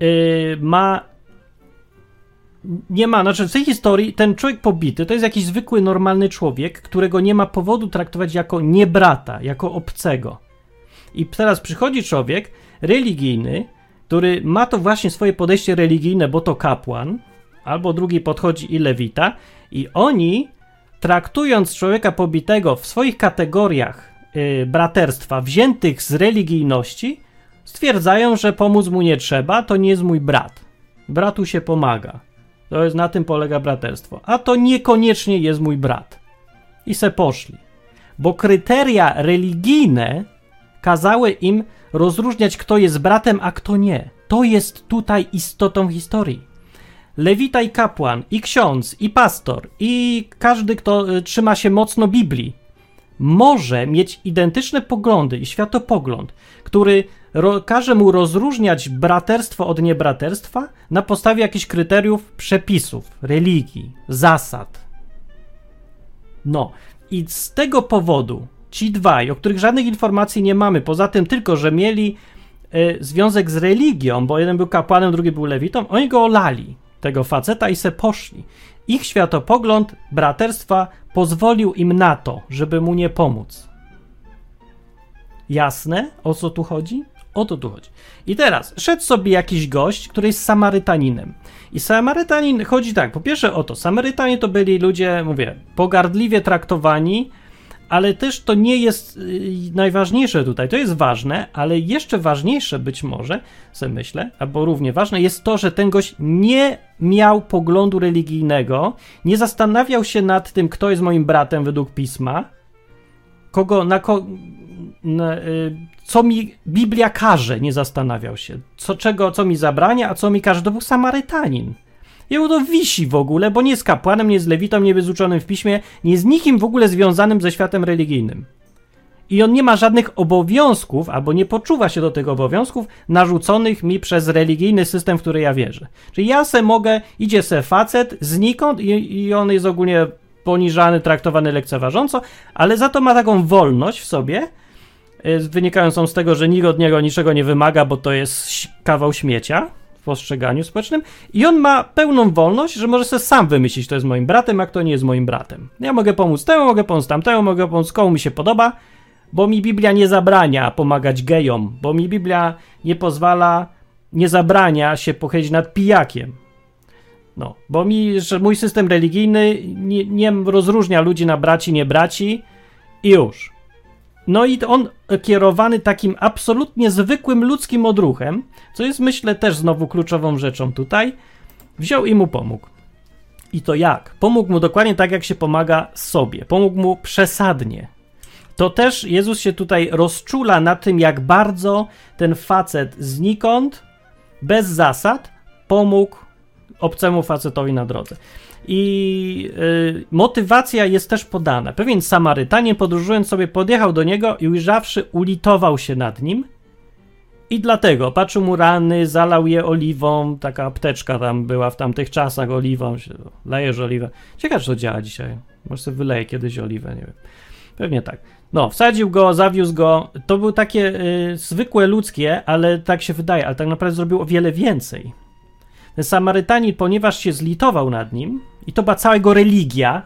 znaczy w tej historii ten człowiek pobity to jest jakiś zwykły, normalny człowiek, którego nie ma powodu traktować jako niebrata, jako obcego. I teraz przychodzi człowiek religijny, który ma to właśnie swoje podejście religijne, bo to kapłan, albo drugi podchodzi i lewita, i oni, traktując człowieka pobitego w swoich kategoriach braterstwa, wziętych z religijności, stwierdzają, że pomóc mu nie trzeba, to nie jest mój brat. Bratu się pomaga. To jest, na tym polega braterstwo. A to niekoniecznie jest mój brat. I se poszli. Bo kryteria religijne kazały im rozróżniać, kto jest bratem, a kto nie. To jest tutaj istotą historii. Lewita i kapłan, i ksiądz, i pastor, i każdy, kto trzyma się mocno Biblii, może mieć identyczne poglądy i światopogląd, który każe mu rozróżniać braterstwo od niebraterstwa na podstawie jakichś kryteriów, przepisów, religii, zasad. No i z tego powodu ci dwaj, o których żadnych informacji nie mamy, poza tym tylko, że mieli związek z religią, bo jeden był kapłanem, drugi był lewitą, oni go olali, tego faceta, i se poszli. Ich światopogląd braterstwa pozwolił im na to, żeby mu nie pomóc. Jasne, o co tu chodzi? O to tu chodzi. I teraz szedł sobie jakiś gość, który jest Samarytaninem. I Samarytanin chodzi tak, po pierwsze o to, Samarytanie to byli ludzie, mówię, pogardliwie traktowani, ale też to nie jest najważniejsze tutaj. To jest ważne, ale jeszcze ważniejsze być może, sobie myślę, albo równie ważne jest to, że ten gość nie miał poglądu religijnego, nie zastanawiał się nad tym, kto jest moim bratem według Pisma, co mi Biblia każe, nie zastanawiał się, co mi zabrania, a co mi każe. To był Samarytanin. Jemu to wisi w ogóle, bo nie jest kapłanem, nie jest lewitą, nie jest uczonym w piśmie, nie jest nikim w ogóle związanym ze światem religijnym. I on nie ma żadnych obowiązków, albo nie poczuwa się do tych obowiązków narzuconych mi przez religijny system, w który ja wierzę. Czyli ja idzie se facet znikąd i on jest ogólnie poniżany, traktowany lekceważąco, ale za to ma taką wolność w sobie, wynikającą z tego, że nikt od niego niczego nie wymaga, bo to jest kawał śmiecia w postrzeganiu społecznym, i on ma pełną wolność, że może sobie sam wymyślić, kto jest moim bratem, a kto nie jest moim bratem. Ja mogę pomóc temu, mogę pomóc tamtemu, mogę pomóc komu mi się podoba, bo mi Biblia nie zabrania pomagać gejom, bo mi Biblia nie zabrania się pochylić nad pijakiem. No, bo że mój system religijny nie rozróżnia ludzi na braci, nie braci i już. No i on kierowany takim absolutnie zwykłym ludzkim odruchem, co jest, myślę, też znowu kluczową rzeczą tutaj, wziął i mu pomógł. I to jak? Pomógł mu dokładnie tak, jak się pomaga sobie. Pomógł mu przesadnie. To też Jezus się tutaj rozczula na tym, jak bardzo ten facet znikąd, bez zasad, pomógł obcemu facetowi na drodze. I motywacja jest też podana. Pewien Samarytanin, podróżując sobie, podjechał do niego i ujrzawszy, ulitował się nad nim i dlatego patrzył mu rany, zalał je oliwą, taka apteczka tam była w tamtych czasach, oliwą, lejesz oliwę. Ciekawe, czy to działa dzisiaj. Może sobie wyleję kiedyś oliwę, nie wiem. Pewnie tak. No, wsadził go, zawiózł go. To było takie zwykłe ludzkie, ale tak się wydaje, ale tak naprawdę zrobił o wiele więcej. Ten Samarytanin, ponieważ się zlitował nad nim, i to była cała jego religia,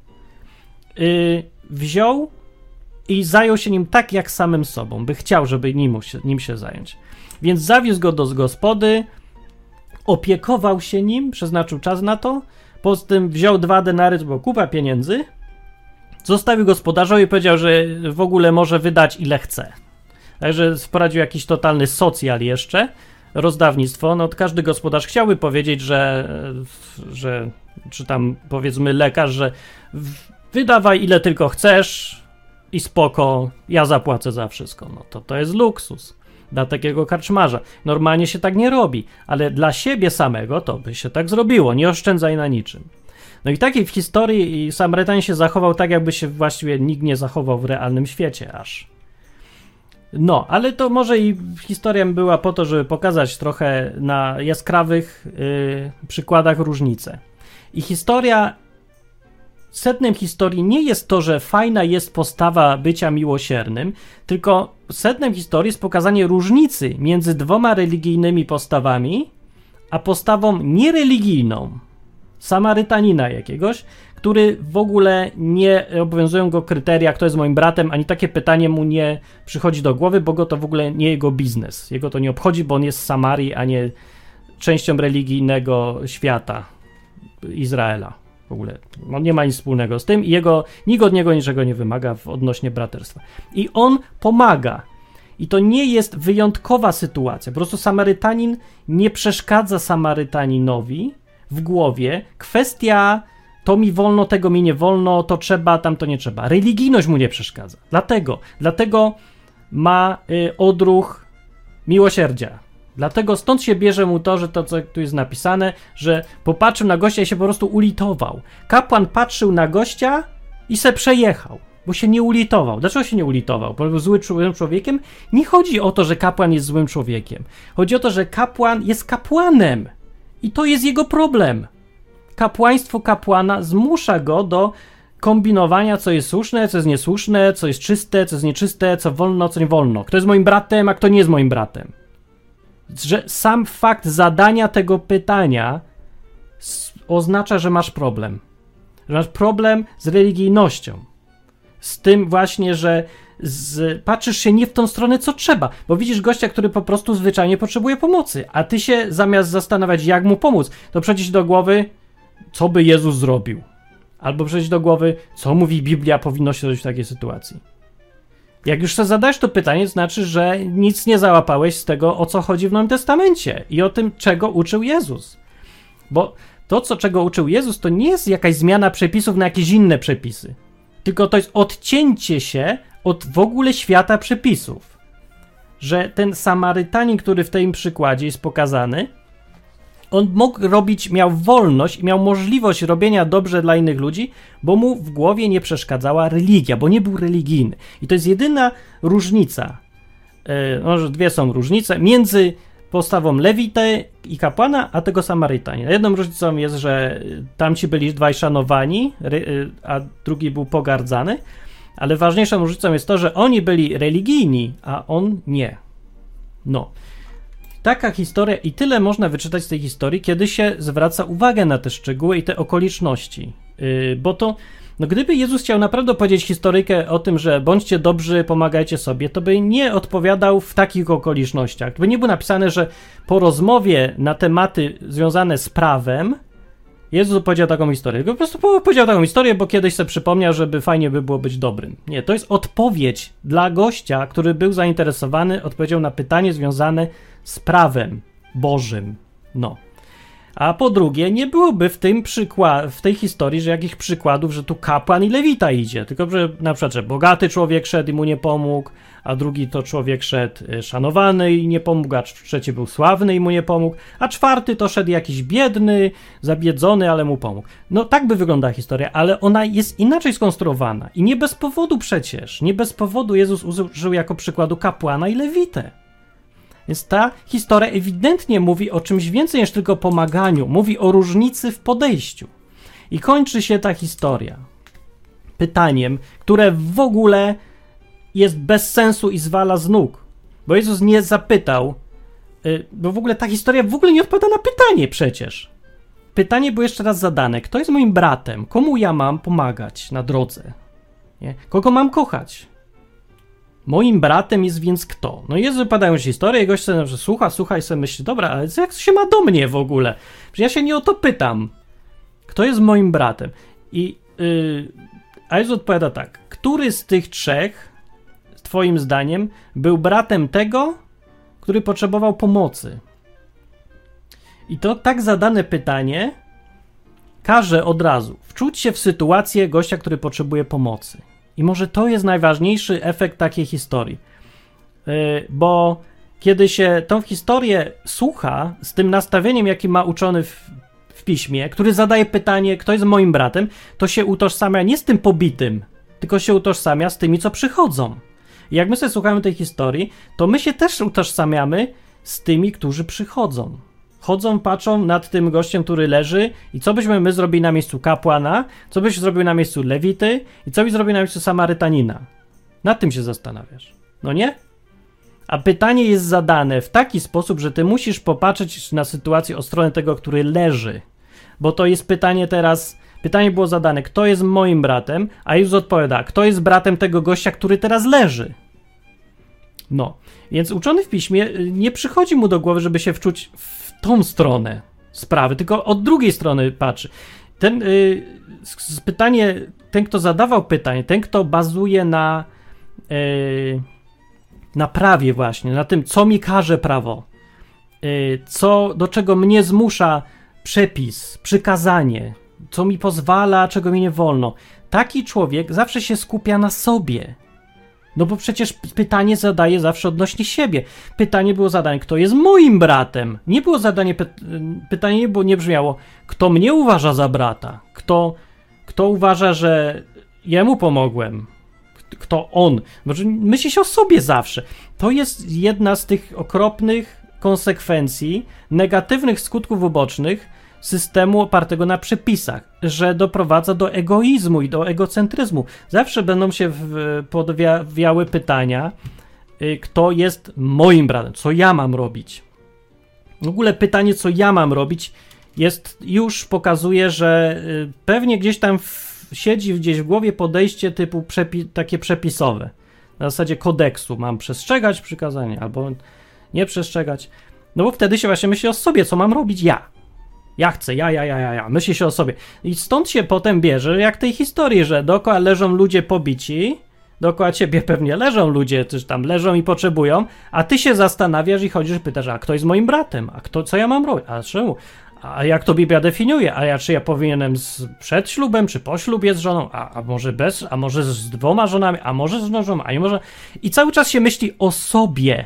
wziął i zajął się nim tak jak samym sobą, by chciał, żeby nim się zająć. Więc zawiózł go do gospody, opiekował się nim, przeznaczył czas na to, poza tym wziął 2 denary, to było kupa pieniędzy, zostawił gospodarzowi i powiedział, że w ogóle może wydać ile chce. Także wprowadził jakiś totalny socjal jeszcze, rozdawnictwo. No, każdy gospodarz chciałby powiedzieć, że czy tam powiedzmy lekarz, że wydawaj ile tylko chcesz i spoko, ja zapłacę za wszystko. No to jest luksus dla takiego karczmarza. Normalnie się tak nie robi, ale dla siebie samego to by się tak zrobiło. Nie oszczędzaj na niczym. No i takiej w historii Samarytanin się zachował tak, jakby się właściwie nikt nie zachował w realnym świecie aż. No, ale to może i historia była po to, żeby pokazać trochę na jaskrawych przykładach różnice. I sednem historii nie jest to, że fajna jest postawa bycia miłosiernym, tylko sednem historii jest pokazanie różnicy między dwoma religijnymi postawami, a postawą niereligijną, Samarytanina jakiegoś, który w ogóle nie obowiązują go kryteria, kto jest moim bratem, ani takie pytanie mu nie przychodzi do głowy, bo go to w ogóle nie jego biznes. Jego to nie obchodzi, bo on jest z Samarii, a nie częścią religijnego świata Izraela. W ogóle on nie ma nic wspólnego z tym i nikt od niego niczego nie wymaga odnośnie braterstwa. I on pomaga. I to nie jest wyjątkowa sytuacja. Po prostu Samarytanin nie przeszkadza Samarytaninowi w głowie kwestia to mi wolno, tego mi nie wolno, to trzeba, tamto nie trzeba. Religijność mu nie przeszkadza. Dlatego ma odruch miłosierdzia. Dlatego stąd się bierze mu to, że to, co tu jest napisane, że popatrzył na gościa i się po prostu ulitował. Kapłan patrzył na gościa i se przejechał, bo się nie ulitował. Dlaczego się nie ulitował? Bo był złym człowiekiem? Nie chodzi o to, że kapłan jest złym człowiekiem. Chodzi o to, że kapłan jest kapłanem i to jest jego problem. Kapłaństwo kapłana zmusza go do kombinowania, co jest słuszne, co jest niesłuszne, co jest czyste, co jest nieczyste, co wolno, co nie wolno. Kto jest moim bratem, a kto nie jest moim bratem. Że sam fakt zadania tego pytania oznacza, że masz problem. Że masz problem z religijnością. Z tym właśnie, że patrzysz się nie w tą stronę, co trzeba. Bo widzisz gościa, który po prostu zwyczajnie potrzebuje pomocy. A ty się zamiast zastanawiać, jak mu pomóc, to przyjdzie ci do głowy, co by Jezus zrobił. Albo przyjdzie do głowy, co mówi Biblia, powinno się zrobić w takiej sytuacji. Jak już sobie zadajesz to pytanie, to znaczy, że nic nie załapałeś z tego, o co chodzi w Nowym Testamencie i o tym, czego uczył Jezus. Bo to, czego uczył Jezus, to nie jest jakaś zmiana przepisów na jakieś inne przepisy, tylko to jest odcięcie się od w ogóle świata przepisów. Że ten Samarytanin, który w tym przykładzie jest pokazany, on miał wolność i miał możliwość robienia dobrze dla innych ludzi, bo mu w głowie nie przeszkadzała religia, bo nie był religijny. I to jest jedyna różnica, może dwie są różnice, między postawą Lewity i kapłana, a tego Samarytanina. Jedną różnicą jest, że tamci byli dwaj szanowani, a drugi był pogardzany, ale ważniejszą różnicą jest to, że oni byli religijni, a on nie. No. Taka historia i tyle można wyczytać z tej historii, kiedy się zwraca uwagę na te szczegóły i te okoliczności. Bo to, gdyby Jezus chciał naprawdę powiedzieć historyjkę o tym, że bądźcie dobrzy, pomagajcie sobie, to by nie odpowiadał w takich okolicznościach. By nie było napisane, że po rozmowie na tematy związane z prawem Jezus opowiedział taką historię. Po prostu powiedział taką historię, bo kiedyś sobie przypomniał, żeby fajnie by było być dobrym. Nie, to jest odpowiedź dla gościa, który był zainteresowany, odpowiedział na pytanie związane z prawem Bożym. No. A po drugie, nie byłoby w tej historii, że jakichś przykładów, że tu kapłan i lewita idzie, tylko że na przykład, że bogaty człowiek szedł i mu nie pomógł, a drugi to człowiek szedł szanowany i nie pomógł, a trzeci był sławny i mu nie pomógł, a czwarty to szedł jakiś biedny, zabiedzony, ale mu pomógł. No tak by wyglądała historia, ale ona jest inaczej skonstruowana i nie bez powodu przecież, nie bez powodu Jezus użył jako przykładu kapłana i lewitę. Więc ta historia ewidentnie mówi o czymś więcej niż tylko pomaganiu. Mówi o różnicy w podejściu. I kończy się ta historia pytaniem, które w ogóle jest bez sensu i zwala z nóg. Bo Jezus nie zapytał, bo w ogóle ta historia w ogóle nie odpowiada na pytanie przecież. Pytanie było jeszcze raz zadane. Kto jest moim bratem? Komu ja mam pomagać na drodze? Nie? Kogo mam kochać? Moim bratem jest więc kto? No Jezu, wypadają się historie, gość sobie słucha i sobie myśli, dobra, ale jak to się ma do mnie w ogóle? Przecież ja się nie o to pytam. Kto jest moim bratem? A Jezus odpowiada tak. Który z tych trzech, twoim zdaniem, był bratem tego, który potrzebował pomocy? I to tak zadane pytanie każe od razu wczuć się w sytuację gościa, który potrzebuje pomocy. I może to jest najważniejszy efekt takiej historii. Bo kiedy się tą historię słucha z tym nastawieniem, jaki ma uczony w piśmie, który zadaje pytanie, kto jest moim bratem, to się utożsamia nie z tym pobitym, tylko się utożsamia z tymi, co przychodzą. I jak my sobie słuchamy tej historii, to my się też utożsamiamy z tymi, którzy przychodzą. Chodzą, patrzą nad tym gościem, który leży i co byśmy my zrobili na miejscu kapłana, co byś zrobił na miejscu lewity i co byś zrobił na miejscu Samarytanina. Nad tym się zastanawiasz. No nie? A pytanie jest zadane w taki sposób, że ty musisz popatrzeć na sytuację od strony tego, który leży. Bo to jest pytanie teraz, pytanie było zadane, kto jest moim bratem, a Jezus odpowiada, kto jest bratem tego gościa, który teraz leży. No, więc uczony w piśmie nie przychodzi mu do głowy, żeby się wczuć w tą stronę sprawy, tylko od drugiej strony patrzy. Pytanie, ten kto zadawał pytanie, ten kto bazuje na prawie właśnie, na tym, co mi każe prawo, do czego mnie zmusza przepis, przykazanie, co mi pozwala, czego mi nie wolno. Taki człowiek zawsze się skupia na sobie. No bo przecież pytanie zadaje zawsze odnośnie siebie. Pytanie było zadane, kto jest moim bratem? Nie było zadanie, pytanie nie brzmiało, kto mnie uważa za brata? Kto uważa, że jemu pomogłem? Kto on? Myśli się o sobie zawsze. To jest jedna z tych okropnych konsekwencji, negatywnych skutków ubocznych systemu opartego na przepisach, że doprowadza do egoizmu i do egocentryzmu. Zawsze będą się pojawiały pytania, kto jest moim bratem, co ja mam robić. W ogóle pytanie, co ja mam robić, już pokazuje, że pewnie gdzieś tam siedzi gdzieś w głowie podejście typu takie przepisowe. Na zasadzie kodeksu. Mam przestrzegać przykazania albo nie przestrzegać. No bo wtedy się właśnie myśli o sobie, co mam robić ja. Ja chcę, ja. Myśli się o sobie. I stąd się potem bierze, jak tej historii, że dookoła leżą ludzie pobici, dookoła ciebie pewnie leżą ludzie, którzy tam leżą i potrzebują, a ty się zastanawiasz i chodzisz i pytasz, a kto jest moim bratem? A co ja mam robić? A czemu? A jak to Biblia definiuje? Czy ja powinienem przed ślubem, czy po ślubie z żoną? A może bez? A może z 2 żonami? A może z żoną? A nie może? I cały czas się myśli o sobie.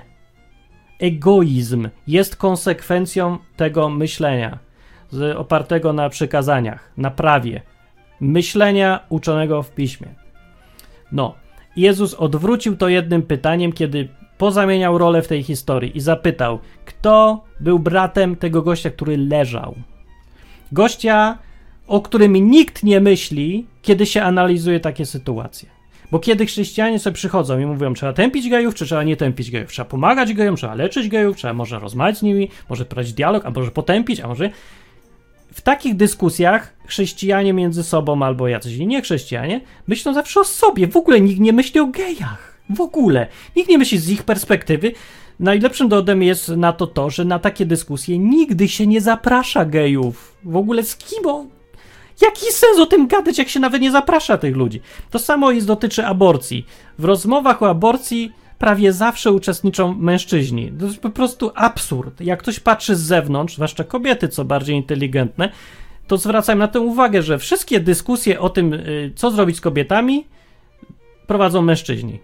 Egoizm jest konsekwencją tego myślenia, opartego na przykazaniach, na prawie, myślenia uczonego w piśmie. No, Jezus odwrócił to jednym pytaniem, kiedy pozamieniał rolę w tej historii i zapytał, kto był bratem tego gościa, który leżał. Gościa, o którym nikt nie myśli, kiedy się analizuje takie sytuacje. Bo kiedy chrześcijanie sobie przychodzą i mówią, trzeba tępić gejów, czy trzeba nie tępić gejów, trzeba pomagać gejom, trzeba leczyć gejów, trzeba może rozmawiać z nimi, może prowadzić dialog, a może potępić, a może... W takich dyskusjach chrześcijanie między sobą albo jacyś niechrześcijanie myślą zawsze o sobie. W ogóle nikt nie myśli o gejach. W ogóle. Nikt nie myśli z ich perspektywy. Najlepszym dowodem jest na to, że na takie dyskusje nigdy się nie zaprasza gejów. W ogóle z kim? Jaki sens o tym gadać, jak się nawet nie zaprasza tych ludzi? To samo dotyczy aborcji. W rozmowach o aborcji prawie zawsze uczestniczą mężczyźni. To jest po prostu absurd. Jak ktoś patrzy z zewnątrz, zwłaszcza kobiety, co bardziej inteligentne, to zwracam na tę uwagę, że wszystkie dyskusje o tym, co zrobić z kobietami, prowadzą mężczyźni.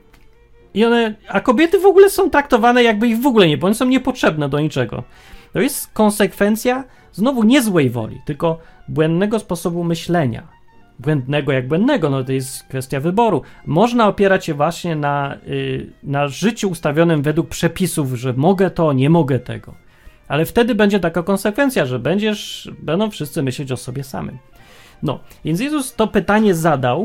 A kobiety w ogóle są traktowane, jakby ich w ogóle nie było. One są niepotrzebne do niczego. To jest konsekwencja znowu nie złej woli, tylko błędnego sposobu myślenia. Błędnego jak błędnego, no to jest kwestia wyboru. Można opierać się właśnie na życiu ustawionym według przepisów, że mogę to, nie mogę tego. Ale wtedy będzie taka konsekwencja, że będą wszyscy myśleć o sobie samym. No, więc Jezus to pytanie zadał,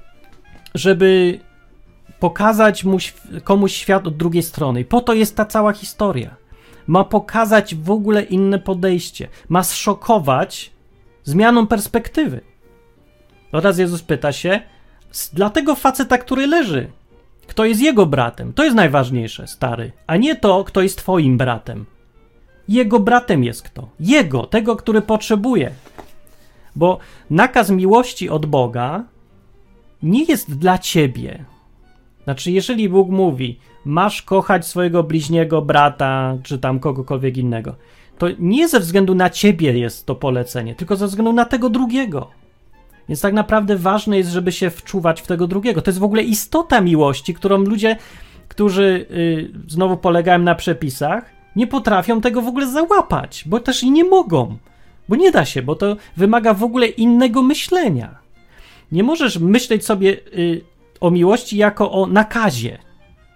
żeby pokazać komuś świat od drugiej strony. I po to jest ta cała historia. Ma pokazać w ogóle inne podejście. Ma zszokować zmianą perspektywy. Oraz Jezus pyta się, dlatego faceta, który leży, kto jest jego bratem? To jest najważniejsze, stary, a nie to, kto jest twoim bratem. Jego bratem jest kto? Jego, tego, który potrzebuje. Bo nakaz miłości od Boga nie jest dla ciebie. Znaczy, jeżeli Bóg mówi, masz kochać swojego bliźniego brata, czy tam kogokolwiek innego, to nie ze względu na ciebie jest to polecenie, tylko ze względu na tego drugiego. Więc tak naprawdę ważne jest, żeby się wczuwać w tego drugiego. To jest w ogóle istota miłości, którą ludzie, którzy znowu polegają na przepisach, nie potrafią tego w ogóle załapać, bo też i nie mogą. Bo nie da się, bo to wymaga w ogóle innego myślenia. Nie możesz myśleć sobie o miłości jako o nakazie.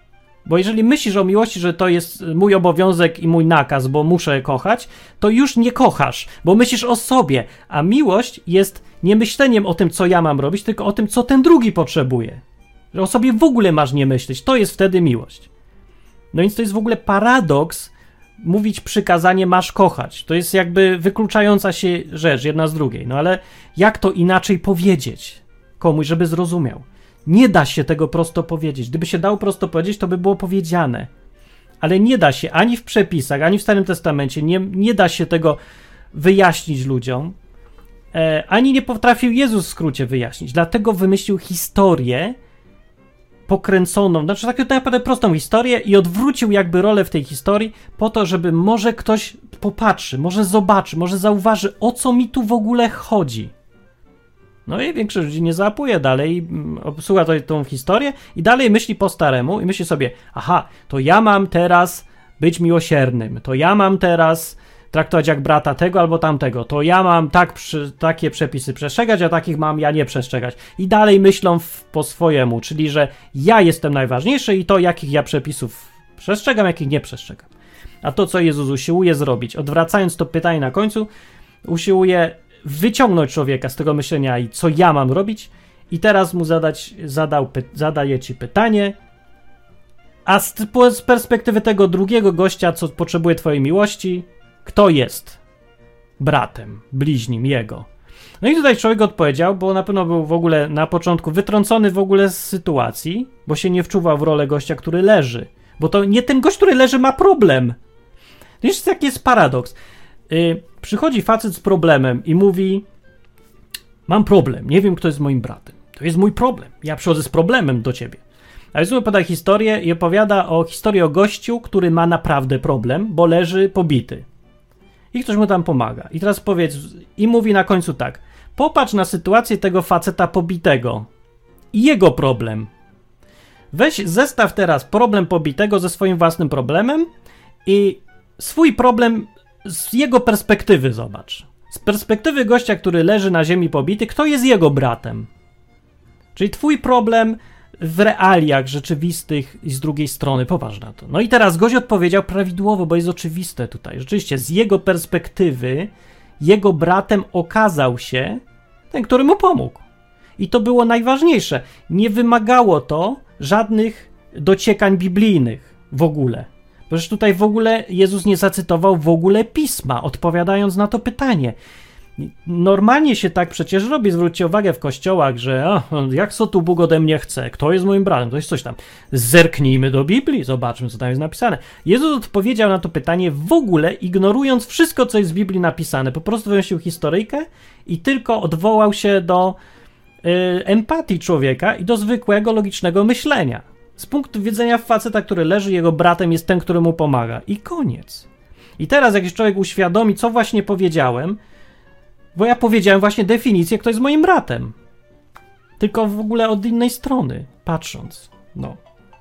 Bo jeżeli myślisz o miłości, że to jest mój obowiązek i mój nakaz, bo muszę kochać, to już nie kochasz, bo myślisz o sobie, a miłość jest nie myśleniem o tym, co ja mam robić, tylko o tym, co ten drugi potrzebuje. Że o sobie w ogóle masz nie myśleć, to jest wtedy miłość. No więc to jest w ogóle paradoks mówić przykazanie masz kochać. To jest jakby wykluczająca się rzecz jedna z drugiej. No ale jak to inaczej powiedzieć komuś, żeby zrozumiał? Nie da się tego prosto powiedzieć. Gdyby się dało prosto powiedzieć, to by było powiedziane. Ale nie da się ani w przepisach, ani w Starym Testamencie, nie da się tego wyjaśnić ludziom. Ani nie potrafił Jezus w skrócie wyjaśnić. Dlatego wymyślił historię pokręconą, znaczy tak naprawdę prostą historię i odwrócił jakby rolę w tej historii po to, żeby może ktoś popatrzy, może zobaczy, może zauważy, o co mi tu w ogóle chodzi. No i większość ludzi nie załapuje dalej, obsługa tą historię i dalej myśli po staremu i myśli sobie, aha, to ja mam teraz być miłosiernym, to ja mam teraz traktować jak brata tego albo tamtego, to ja mam takie przepisy przestrzegać, a takich mam ja nie przestrzegać. I dalej myślą po swojemu, czyli że ja jestem najważniejszy i to, jakich ja przepisów przestrzegam, jakich nie przestrzegam. A to, co Jezus usiłuje zrobić, odwracając to pytanie na końcu, usiłuje wyciągnąć człowieka z tego myślenia i co ja mam robić i teraz mu zadaje ci pytanie, a z perspektywy tego drugiego gościa, co potrzebuje twojej miłości, kto jest bratem, bliźnim jego? No i tutaj człowiek odpowiedział, bo na pewno był w ogóle na początku wytrącony w ogóle z sytuacji, bo się nie wczuwał w rolę gościa, który leży. Bo to nie ten gość, który leży, ma problem. Wiesz, jaki jest paradoks? Przychodzi facet z problemem i mówi, mam problem, nie wiem, kto jest moim bratem. To jest mój problem. Ja przychodzę z problemem do ciebie. A Jezus opowiada historię i opowiada historię o gościu, który ma naprawdę problem, bo leży pobity. I ktoś mu tam pomaga. I teraz powiedz, i mówi na końcu tak, popatrz na sytuację tego faceta pobitego i jego problem. Weź, zestaw teraz problem pobitego ze swoim własnym problemem i swój problem z jego perspektywy zobacz. Z perspektywy gościa, który leży na ziemi pobity, kto jest jego bratem? Czyli twój problem w realiach rzeczywistych i z drugiej strony, popatrz na to. No i teraz gość odpowiedział prawidłowo, bo jest oczywiste tutaj. Rzeczywiście, z jego perspektywy, jego bratem okazał się ten, który mu pomógł. I to było najważniejsze. Nie wymagało to żadnych dociekań biblijnych w ogóle. Bo przecież tutaj w ogóle Jezus nie zacytował w ogóle pisma, odpowiadając na to pytanie. Normalnie się tak przecież robi, zwróćcie uwagę w kościołach, że jak co tu Bóg ode mnie chce, kto jest moim bratem, to jest coś tam. Zerknijmy do Biblii, zobaczmy, co tam jest napisane. Jezus odpowiedział na to pytanie w ogóle, ignorując wszystko, co jest w Biblii napisane. Po prostu wymyślił historyjkę i tylko odwołał się do empatii człowieka i do zwykłego, logicznego myślenia. Z punktu widzenia faceta, który leży, jego bratem jest ten, który mu pomaga. I koniec. I teraz jakiś człowiek uświadomi, co właśnie powiedziałem, bo ja powiedziałem właśnie definicję, kto jest moim bratem. Tylko w ogóle od innej strony, patrząc. No.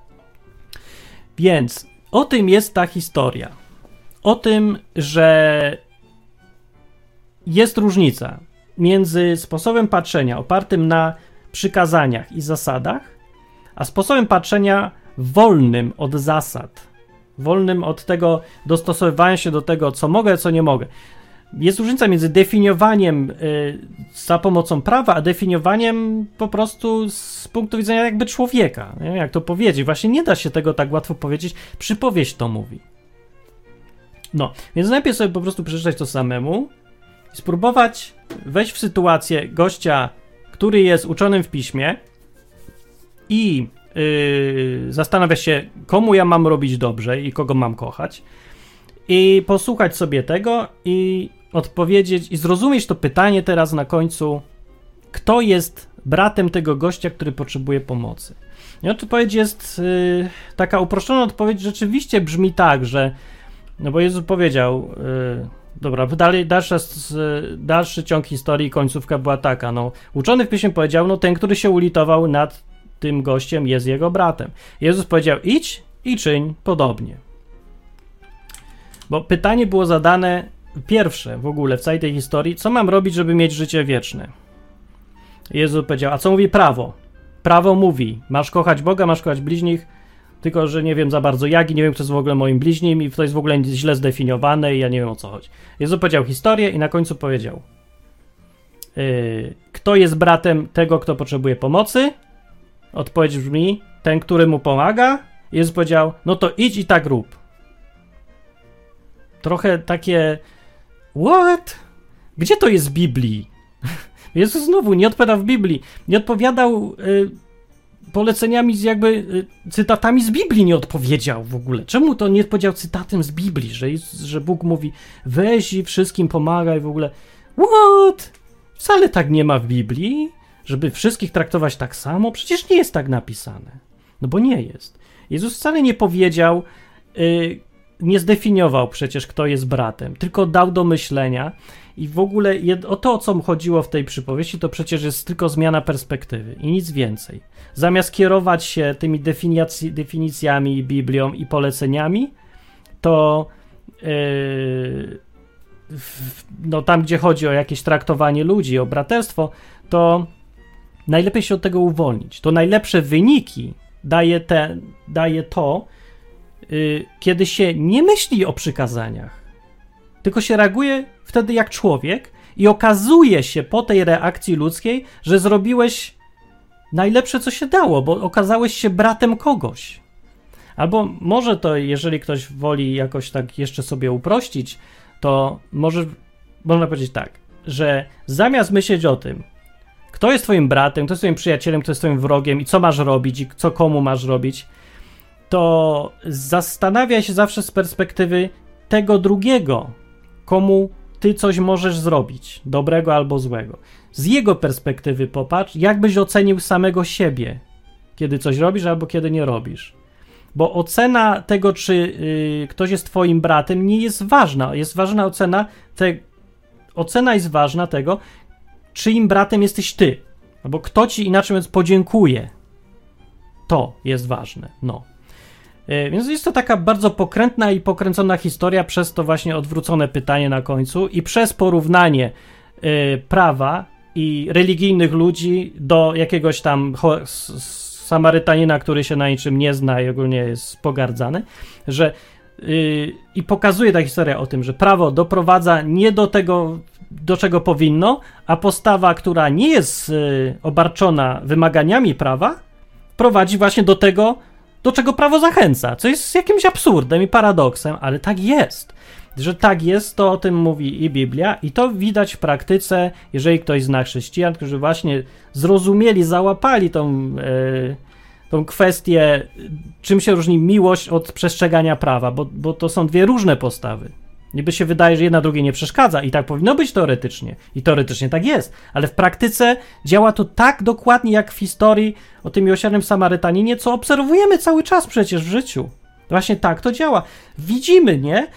Więc o tym jest ta historia. O tym, że jest różnica między sposobem patrzenia opartym na przykazaniach i zasadach, a sposobem patrzenia wolnym od zasad. Wolnym od tego dostosowywania się do tego, co mogę, co nie mogę. Jest różnica między definiowaniem za pomocą prawa, a definiowaniem po prostu z punktu widzenia jakby człowieka. Nie? Jak to powiedzieć? Właśnie nie da się tego tak łatwo powiedzieć. Przypowieść to mówi. No, więc najpierw sobie po prostu przeczytać to samemu i spróbować wejść w sytuację gościa, który jest uczonym w piśmie i zastanawia się, komu ja mam robić dobrze i kogo mam kochać. I posłuchać sobie tego i odpowiedzieć i zrozumieć to pytanie teraz na końcu, kto jest bratem tego gościa, który potrzebuje pomocy. I odpowiedź jest taka uproszczona odpowiedź rzeczywiście brzmi tak, że no bo Jezus powiedział, dobra, dalszy ciąg historii, końcówka była taka, no uczony w piśmie powiedział, no ten, który się ulitował nad tym gościem jest jego bratem. Jezus powiedział, idź i czyń podobnie. Bo pytanie było zadane pierwsze w ogóle w całej tej historii, co mam robić, żeby mieć życie wieczne? Jezus powiedział, a co mówi prawo? Prawo mówi, masz kochać Boga, masz kochać bliźnich, tylko że nie wiem za bardzo jak i nie wiem, kto jest w ogóle moim bliźnim i to jest w ogóle źle zdefiniowane i ja nie wiem, o co chodzi. Jezus powiedział historię i na końcu powiedział, kto jest bratem tego, kto potrzebuje pomocy? Odpowiedź brzmi, ten, który mu pomaga. Jezus powiedział, no to idź i tak rób. Trochę takie, what? Gdzie to jest w Biblii? Jezus znowu nie odpowiadał w Biblii, nie odpowiadał poleceniami cytatami z Biblii nie odpowiedział w ogóle. Czemu to nie powiedział cytatem z Biblii, że Bóg mówi weź i wszystkim pomagaj w ogóle. What? Wcale tak nie ma w Biblii, żeby wszystkich traktować tak samo. Przecież nie jest tak napisane. No bo nie jest. Jezus wcale nie powiedział, nie zdefiniował przecież, kto jest bratem, tylko dał do myślenia i w ogóle o to, o co mu chodziło w tej przypowieści, to przecież jest tylko zmiana perspektywy i nic więcej. Zamiast kierować się tymi definicjami, Biblią i poleceniami, to no tam, gdzie chodzi o jakieś traktowanie ludzi, o braterstwo, to najlepiej się od tego uwolnić. To najlepsze wyniki daje to, kiedy się nie myśli o przykazaniach, tylko się reaguje wtedy jak człowiek i okazuje się po tej reakcji ludzkiej, że zrobiłeś najlepsze, co się dało, bo okazałeś się bratem kogoś. Albo może to, jeżeli ktoś woli jakoś tak jeszcze sobie uprościć, to można powiedzieć tak, że zamiast myśleć o tym, kto jest twoim bratem, kto jest twoim przyjacielem, kto jest twoim wrogiem i co masz robić i co komu masz robić, to zastanawia się zawsze z perspektywy tego drugiego, komu ty coś możesz zrobić, dobrego albo złego. Z jego perspektywy popatrz, jak byś ocenił samego siebie, kiedy coś robisz albo kiedy nie robisz. Bo ocena tego, czy ktoś jest twoim bratem, nie jest ważna. Jest ważna ocena jest ważna tego, czyim bratem jesteś ty. Albo kto ci, inaczej mówiąc, podziękuje. To jest ważne. No. Więc jest to taka bardzo pokrętna i pokręcona historia przez to właśnie odwrócone pytanie na końcu i przez porównanie prawa i religijnych ludzi do jakiegoś tam Samarytanina, który się na niczym nie zna i ogólnie jest pogardzany, że i pokazuje ta historia o tym, że prawo doprowadza nie do tego, do czego powinno, a postawa, która nie jest obarczona wymaganiami prawa, prowadzi właśnie do tego, do czego prawo zachęca, co jest jakimś absurdem i paradoksem, ale tak jest. Że tak jest, to o tym mówi i Biblia i to widać w praktyce, jeżeli ktoś zna chrześcijan, którzy właśnie zrozumieli, załapali tą kwestię, czym się różni miłość od przestrzegania prawa, bo to są dwie różne postawy. Niby się wydaje, że jedna drugiej nie przeszkadza i tak powinno być teoretycznie. I teoretycznie tak jest, ale w praktyce działa to tak dokładnie jak w historii o tym miłosiernym Samarytaninie, co obserwujemy cały czas przecież w życiu. Właśnie tak to działa. Widzimy, nie?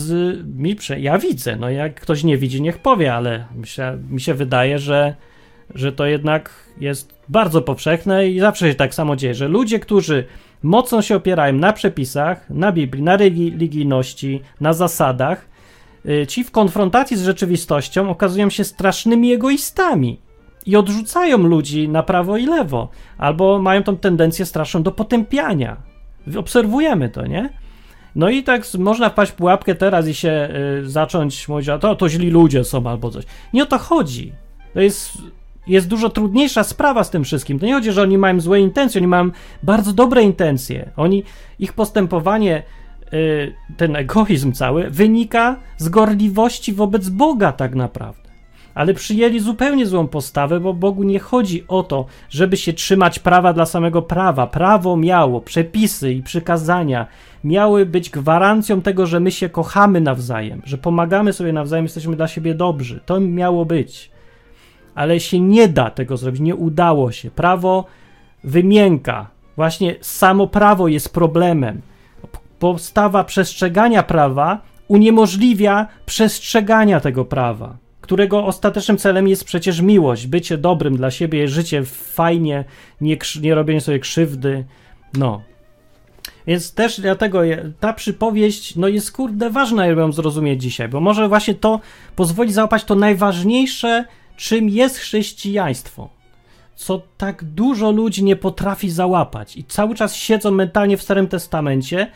Ja widzę, no jak ktoś nie widzi, niech powie, ale mi się wydaje, że to jednak jest bardzo powszechne i zawsze się tak samo dzieje, że ludzie, którzy mocno się opierają na przepisach, na Biblii, na religijności, na zasadach, ci w konfrontacji z rzeczywistością okazują się strasznymi egoistami i odrzucają ludzi na prawo i lewo, albo mają tą tendencję straszną do potępiania. Obserwujemy to, nie? No i tak można wpaść w pułapkę teraz i się zacząć mówić, a to źli ludzie są albo coś. Nie o to chodzi. To jest dużo trudniejsza sprawa z tym wszystkim. To nie chodzi, że oni mają złe intencje, oni mają bardzo dobre intencje. Ich postępowanie, ten egoizm cały wynika z gorliwości wobec Boga tak naprawdę. Ale przyjęli zupełnie złą postawę, bo Bogu nie chodzi o to, żeby się trzymać prawa dla samego prawa. Prawo miało, przepisy i przykazania miały być gwarancją tego, że my się kochamy nawzajem, że pomagamy sobie nawzajem, jesteśmy dla siebie dobrzy. To miało być. Ale się nie da tego zrobić, nie udało się. Prawo wymięka. Właśnie samo prawo jest problemem. Postawa przestrzegania prawa uniemożliwia przestrzegania tego prawa, którego ostatecznym celem jest przecież miłość, bycie dobrym dla siebie, życie fajnie, nie robienie sobie krzywdy. No. Więc też dlatego ta przypowieść jest kurde ważna, żeby ją zrozumieć dzisiaj, bo może właśnie to pozwoli załapać to najważniejsze, czym jest chrześcijaństwo. co tak dużo ludzi nie potrafi załapać i cały czas siedzą mentalnie w Starym Testamencie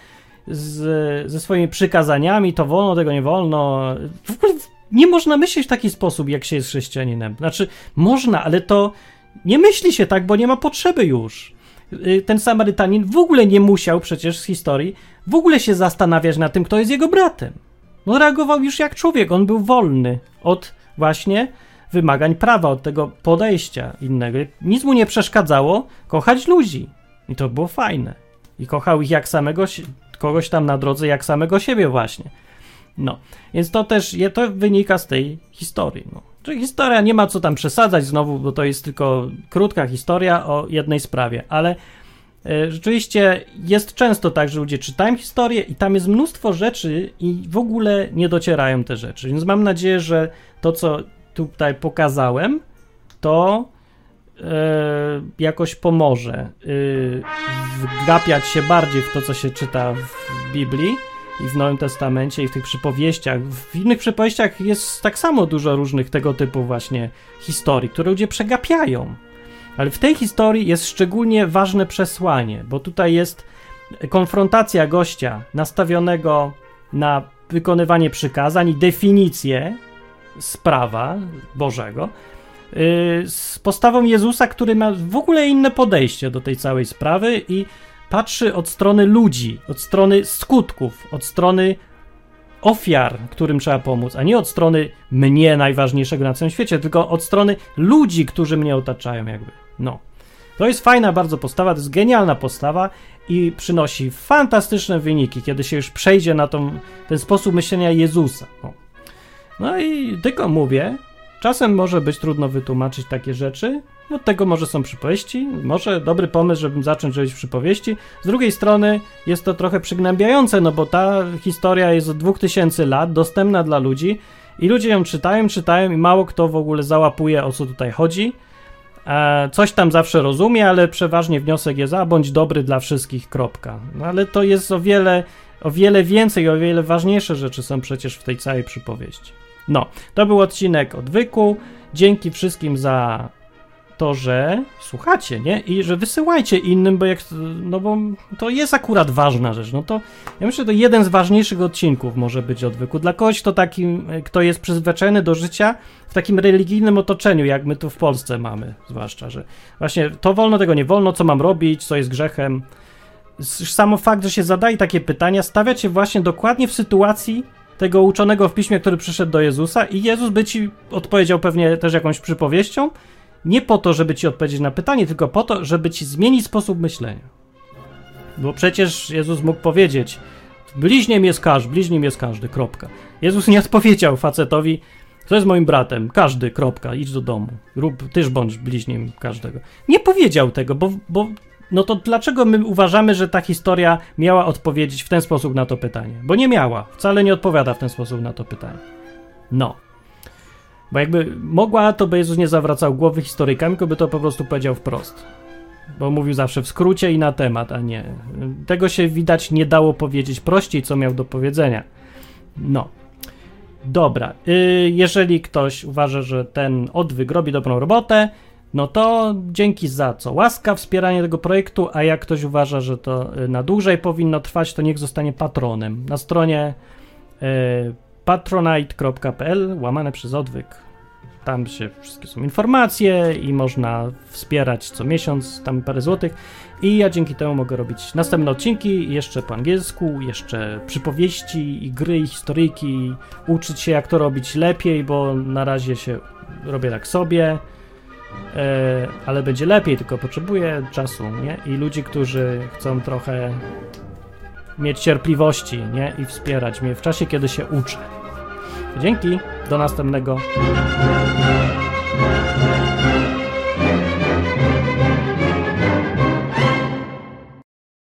ze swoimi przykazaniami, to wolno, tego nie wolno. W ogóle nie można myśleć w taki sposób, jak się jest chrześcijaninem. Znaczy, można, ale to nie myśli się tak, bo nie ma potrzeby już. Ten Samarytanin w ogóle nie musiał przecież z historii w ogóle się zastanawiać nad tym, kto jest jego bratem. No reagował już jak człowiek, on był wolny od właśnie wymagań prawa, od tego podejścia innego. Nic mu nie przeszkadzało kochać ludzi. I to było fajne. I kochał ich jak kogoś tam na drodze, jak samego siebie właśnie. No, więc to też to wynika z tej historii. No. Czyli historia nie ma co tam przesadzać znowu, bo to jest tylko krótka historia o jednej sprawie, ale rzeczywiście jest często tak, że ludzie czytają historię i tam jest mnóstwo rzeczy i w ogóle nie docierają te rzeczy. Więc mam nadzieję, że to, co tutaj pokazałem, to jakoś pomoże wgapiać się bardziej w to, co się czyta w Biblii i w Nowym Testamencie i w tych przypowieściach. W innych przypowieściach jest tak samo dużo różnych tego typu właśnie historii, które ludzie przegapiają. Ale w tej historii jest szczególnie ważne przesłanie, bo tutaj jest konfrontacja gościa nastawionego na wykonywanie przykazań i definicję z prawa Bożego z postawą Jezusa, który ma w ogóle inne podejście do tej całej sprawy i patrzy od strony ludzi, od strony skutków, od strony ofiar, którym trzeba pomóc, a nie od strony mnie, najważniejszego na całym świecie, tylko od strony ludzi, którzy mnie otaczają jakby. No. To jest fajna bardzo postawa, to jest genialna postawa i przynosi fantastyczne wyniki, kiedy się już przejdzie na ten sposób myślenia Jezusa. No i tylko mówię, czasem może być trudno wytłumaczyć takie rzeczy, od tego może są przypowieści, może dobry pomysł, żebym zacząć robić przypowieści. Z drugiej strony jest to trochę przygnębiające, no bo ta historia jest od 2000 lat, dostępna dla ludzi i ludzie ją czytają i mało kto w ogóle załapuje, o co tutaj chodzi. Coś tam zawsze rozumie, ale przeważnie wniosek jest, bądź dobry dla wszystkich, kropka. No ale to jest o wiele więcej, o wiele ważniejsze rzeczy są przecież w tej całej przypowieści. No, to był odcinek Odwyku. Dzięki wszystkim za to, że słuchacie, nie? I że wysyłajcie innym, bo to jest akurat ważna rzecz. No to ja myślę, że to jeden z ważniejszych odcinków może być Odwyku. Dla kogoś, kto jest przyzwyczajony do życia w takim religijnym otoczeniu, jak my tu w Polsce mamy, zwłaszcza, że właśnie to wolno, tego nie wolno, co mam robić, co jest grzechem. Samo fakt, że się zadaje takie pytania, stawia cię właśnie dokładnie w sytuacji tego uczonego w piśmie, który przyszedł do Jezusa i Jezus by ci odpowiedział pewnie też jakąś przypowieścią, nie po to, żeby ci odpowiedzieć na pytanie, tylko po to, żeby ci zmienić sposób myślenia. Bo przecież Jezus mógł powiedzieć, bliźnim jest każdy, kropka. Jezus nie odpowiedział facetowi, kto jest moim bratem, każdy, kropka, idź do domu, tyż bądź bliźnim każdego. Nie powiedział tego, bo no to dlaczego my uważamy, że ta historia miała odpowiedzieć w ten sposób na to pytanie? Bo nie miała, wcale nie odpowiada w ten sposób na to pytanie. No. Bo jakby mogła, to by Jezus nie zawracał głowy historykom, tylko by to po prostu powiedział wprost. Bo mówił zawsze w skrócie i na temat, a nie. Tego się widać nie dało powiedzieć prościej, co miał do powiedzenia. No. Dobra. Jeżeli ktoś uważa, że ten Odwyk robi dobrą robotę, no to dzięki za co łaska, wspieranie tego projektu, a jak ktoś uważa, że to na dłużej powinno trwać, to niech zostanie patronem. Na stronie patronite.pl/odwyk. Tam się wszystkie są informacje i można wspierać co miesiąc, tam parę złotych i ja dzięki temu mogę robić następne odcinki jeszcze po angielsku, jeszcze przypowieści i gry i historyjki, uczyć się jak to robić lepiej, bo na razie się robię tak sobie, ale będzie lepiej, tylko potrzebuję czasu, nie? I ludzi, którzy chcą trochę mieć cierpliwości, nie? I wspierać mnie w czasie, kiedy się uczę. Dzięki, do następnego.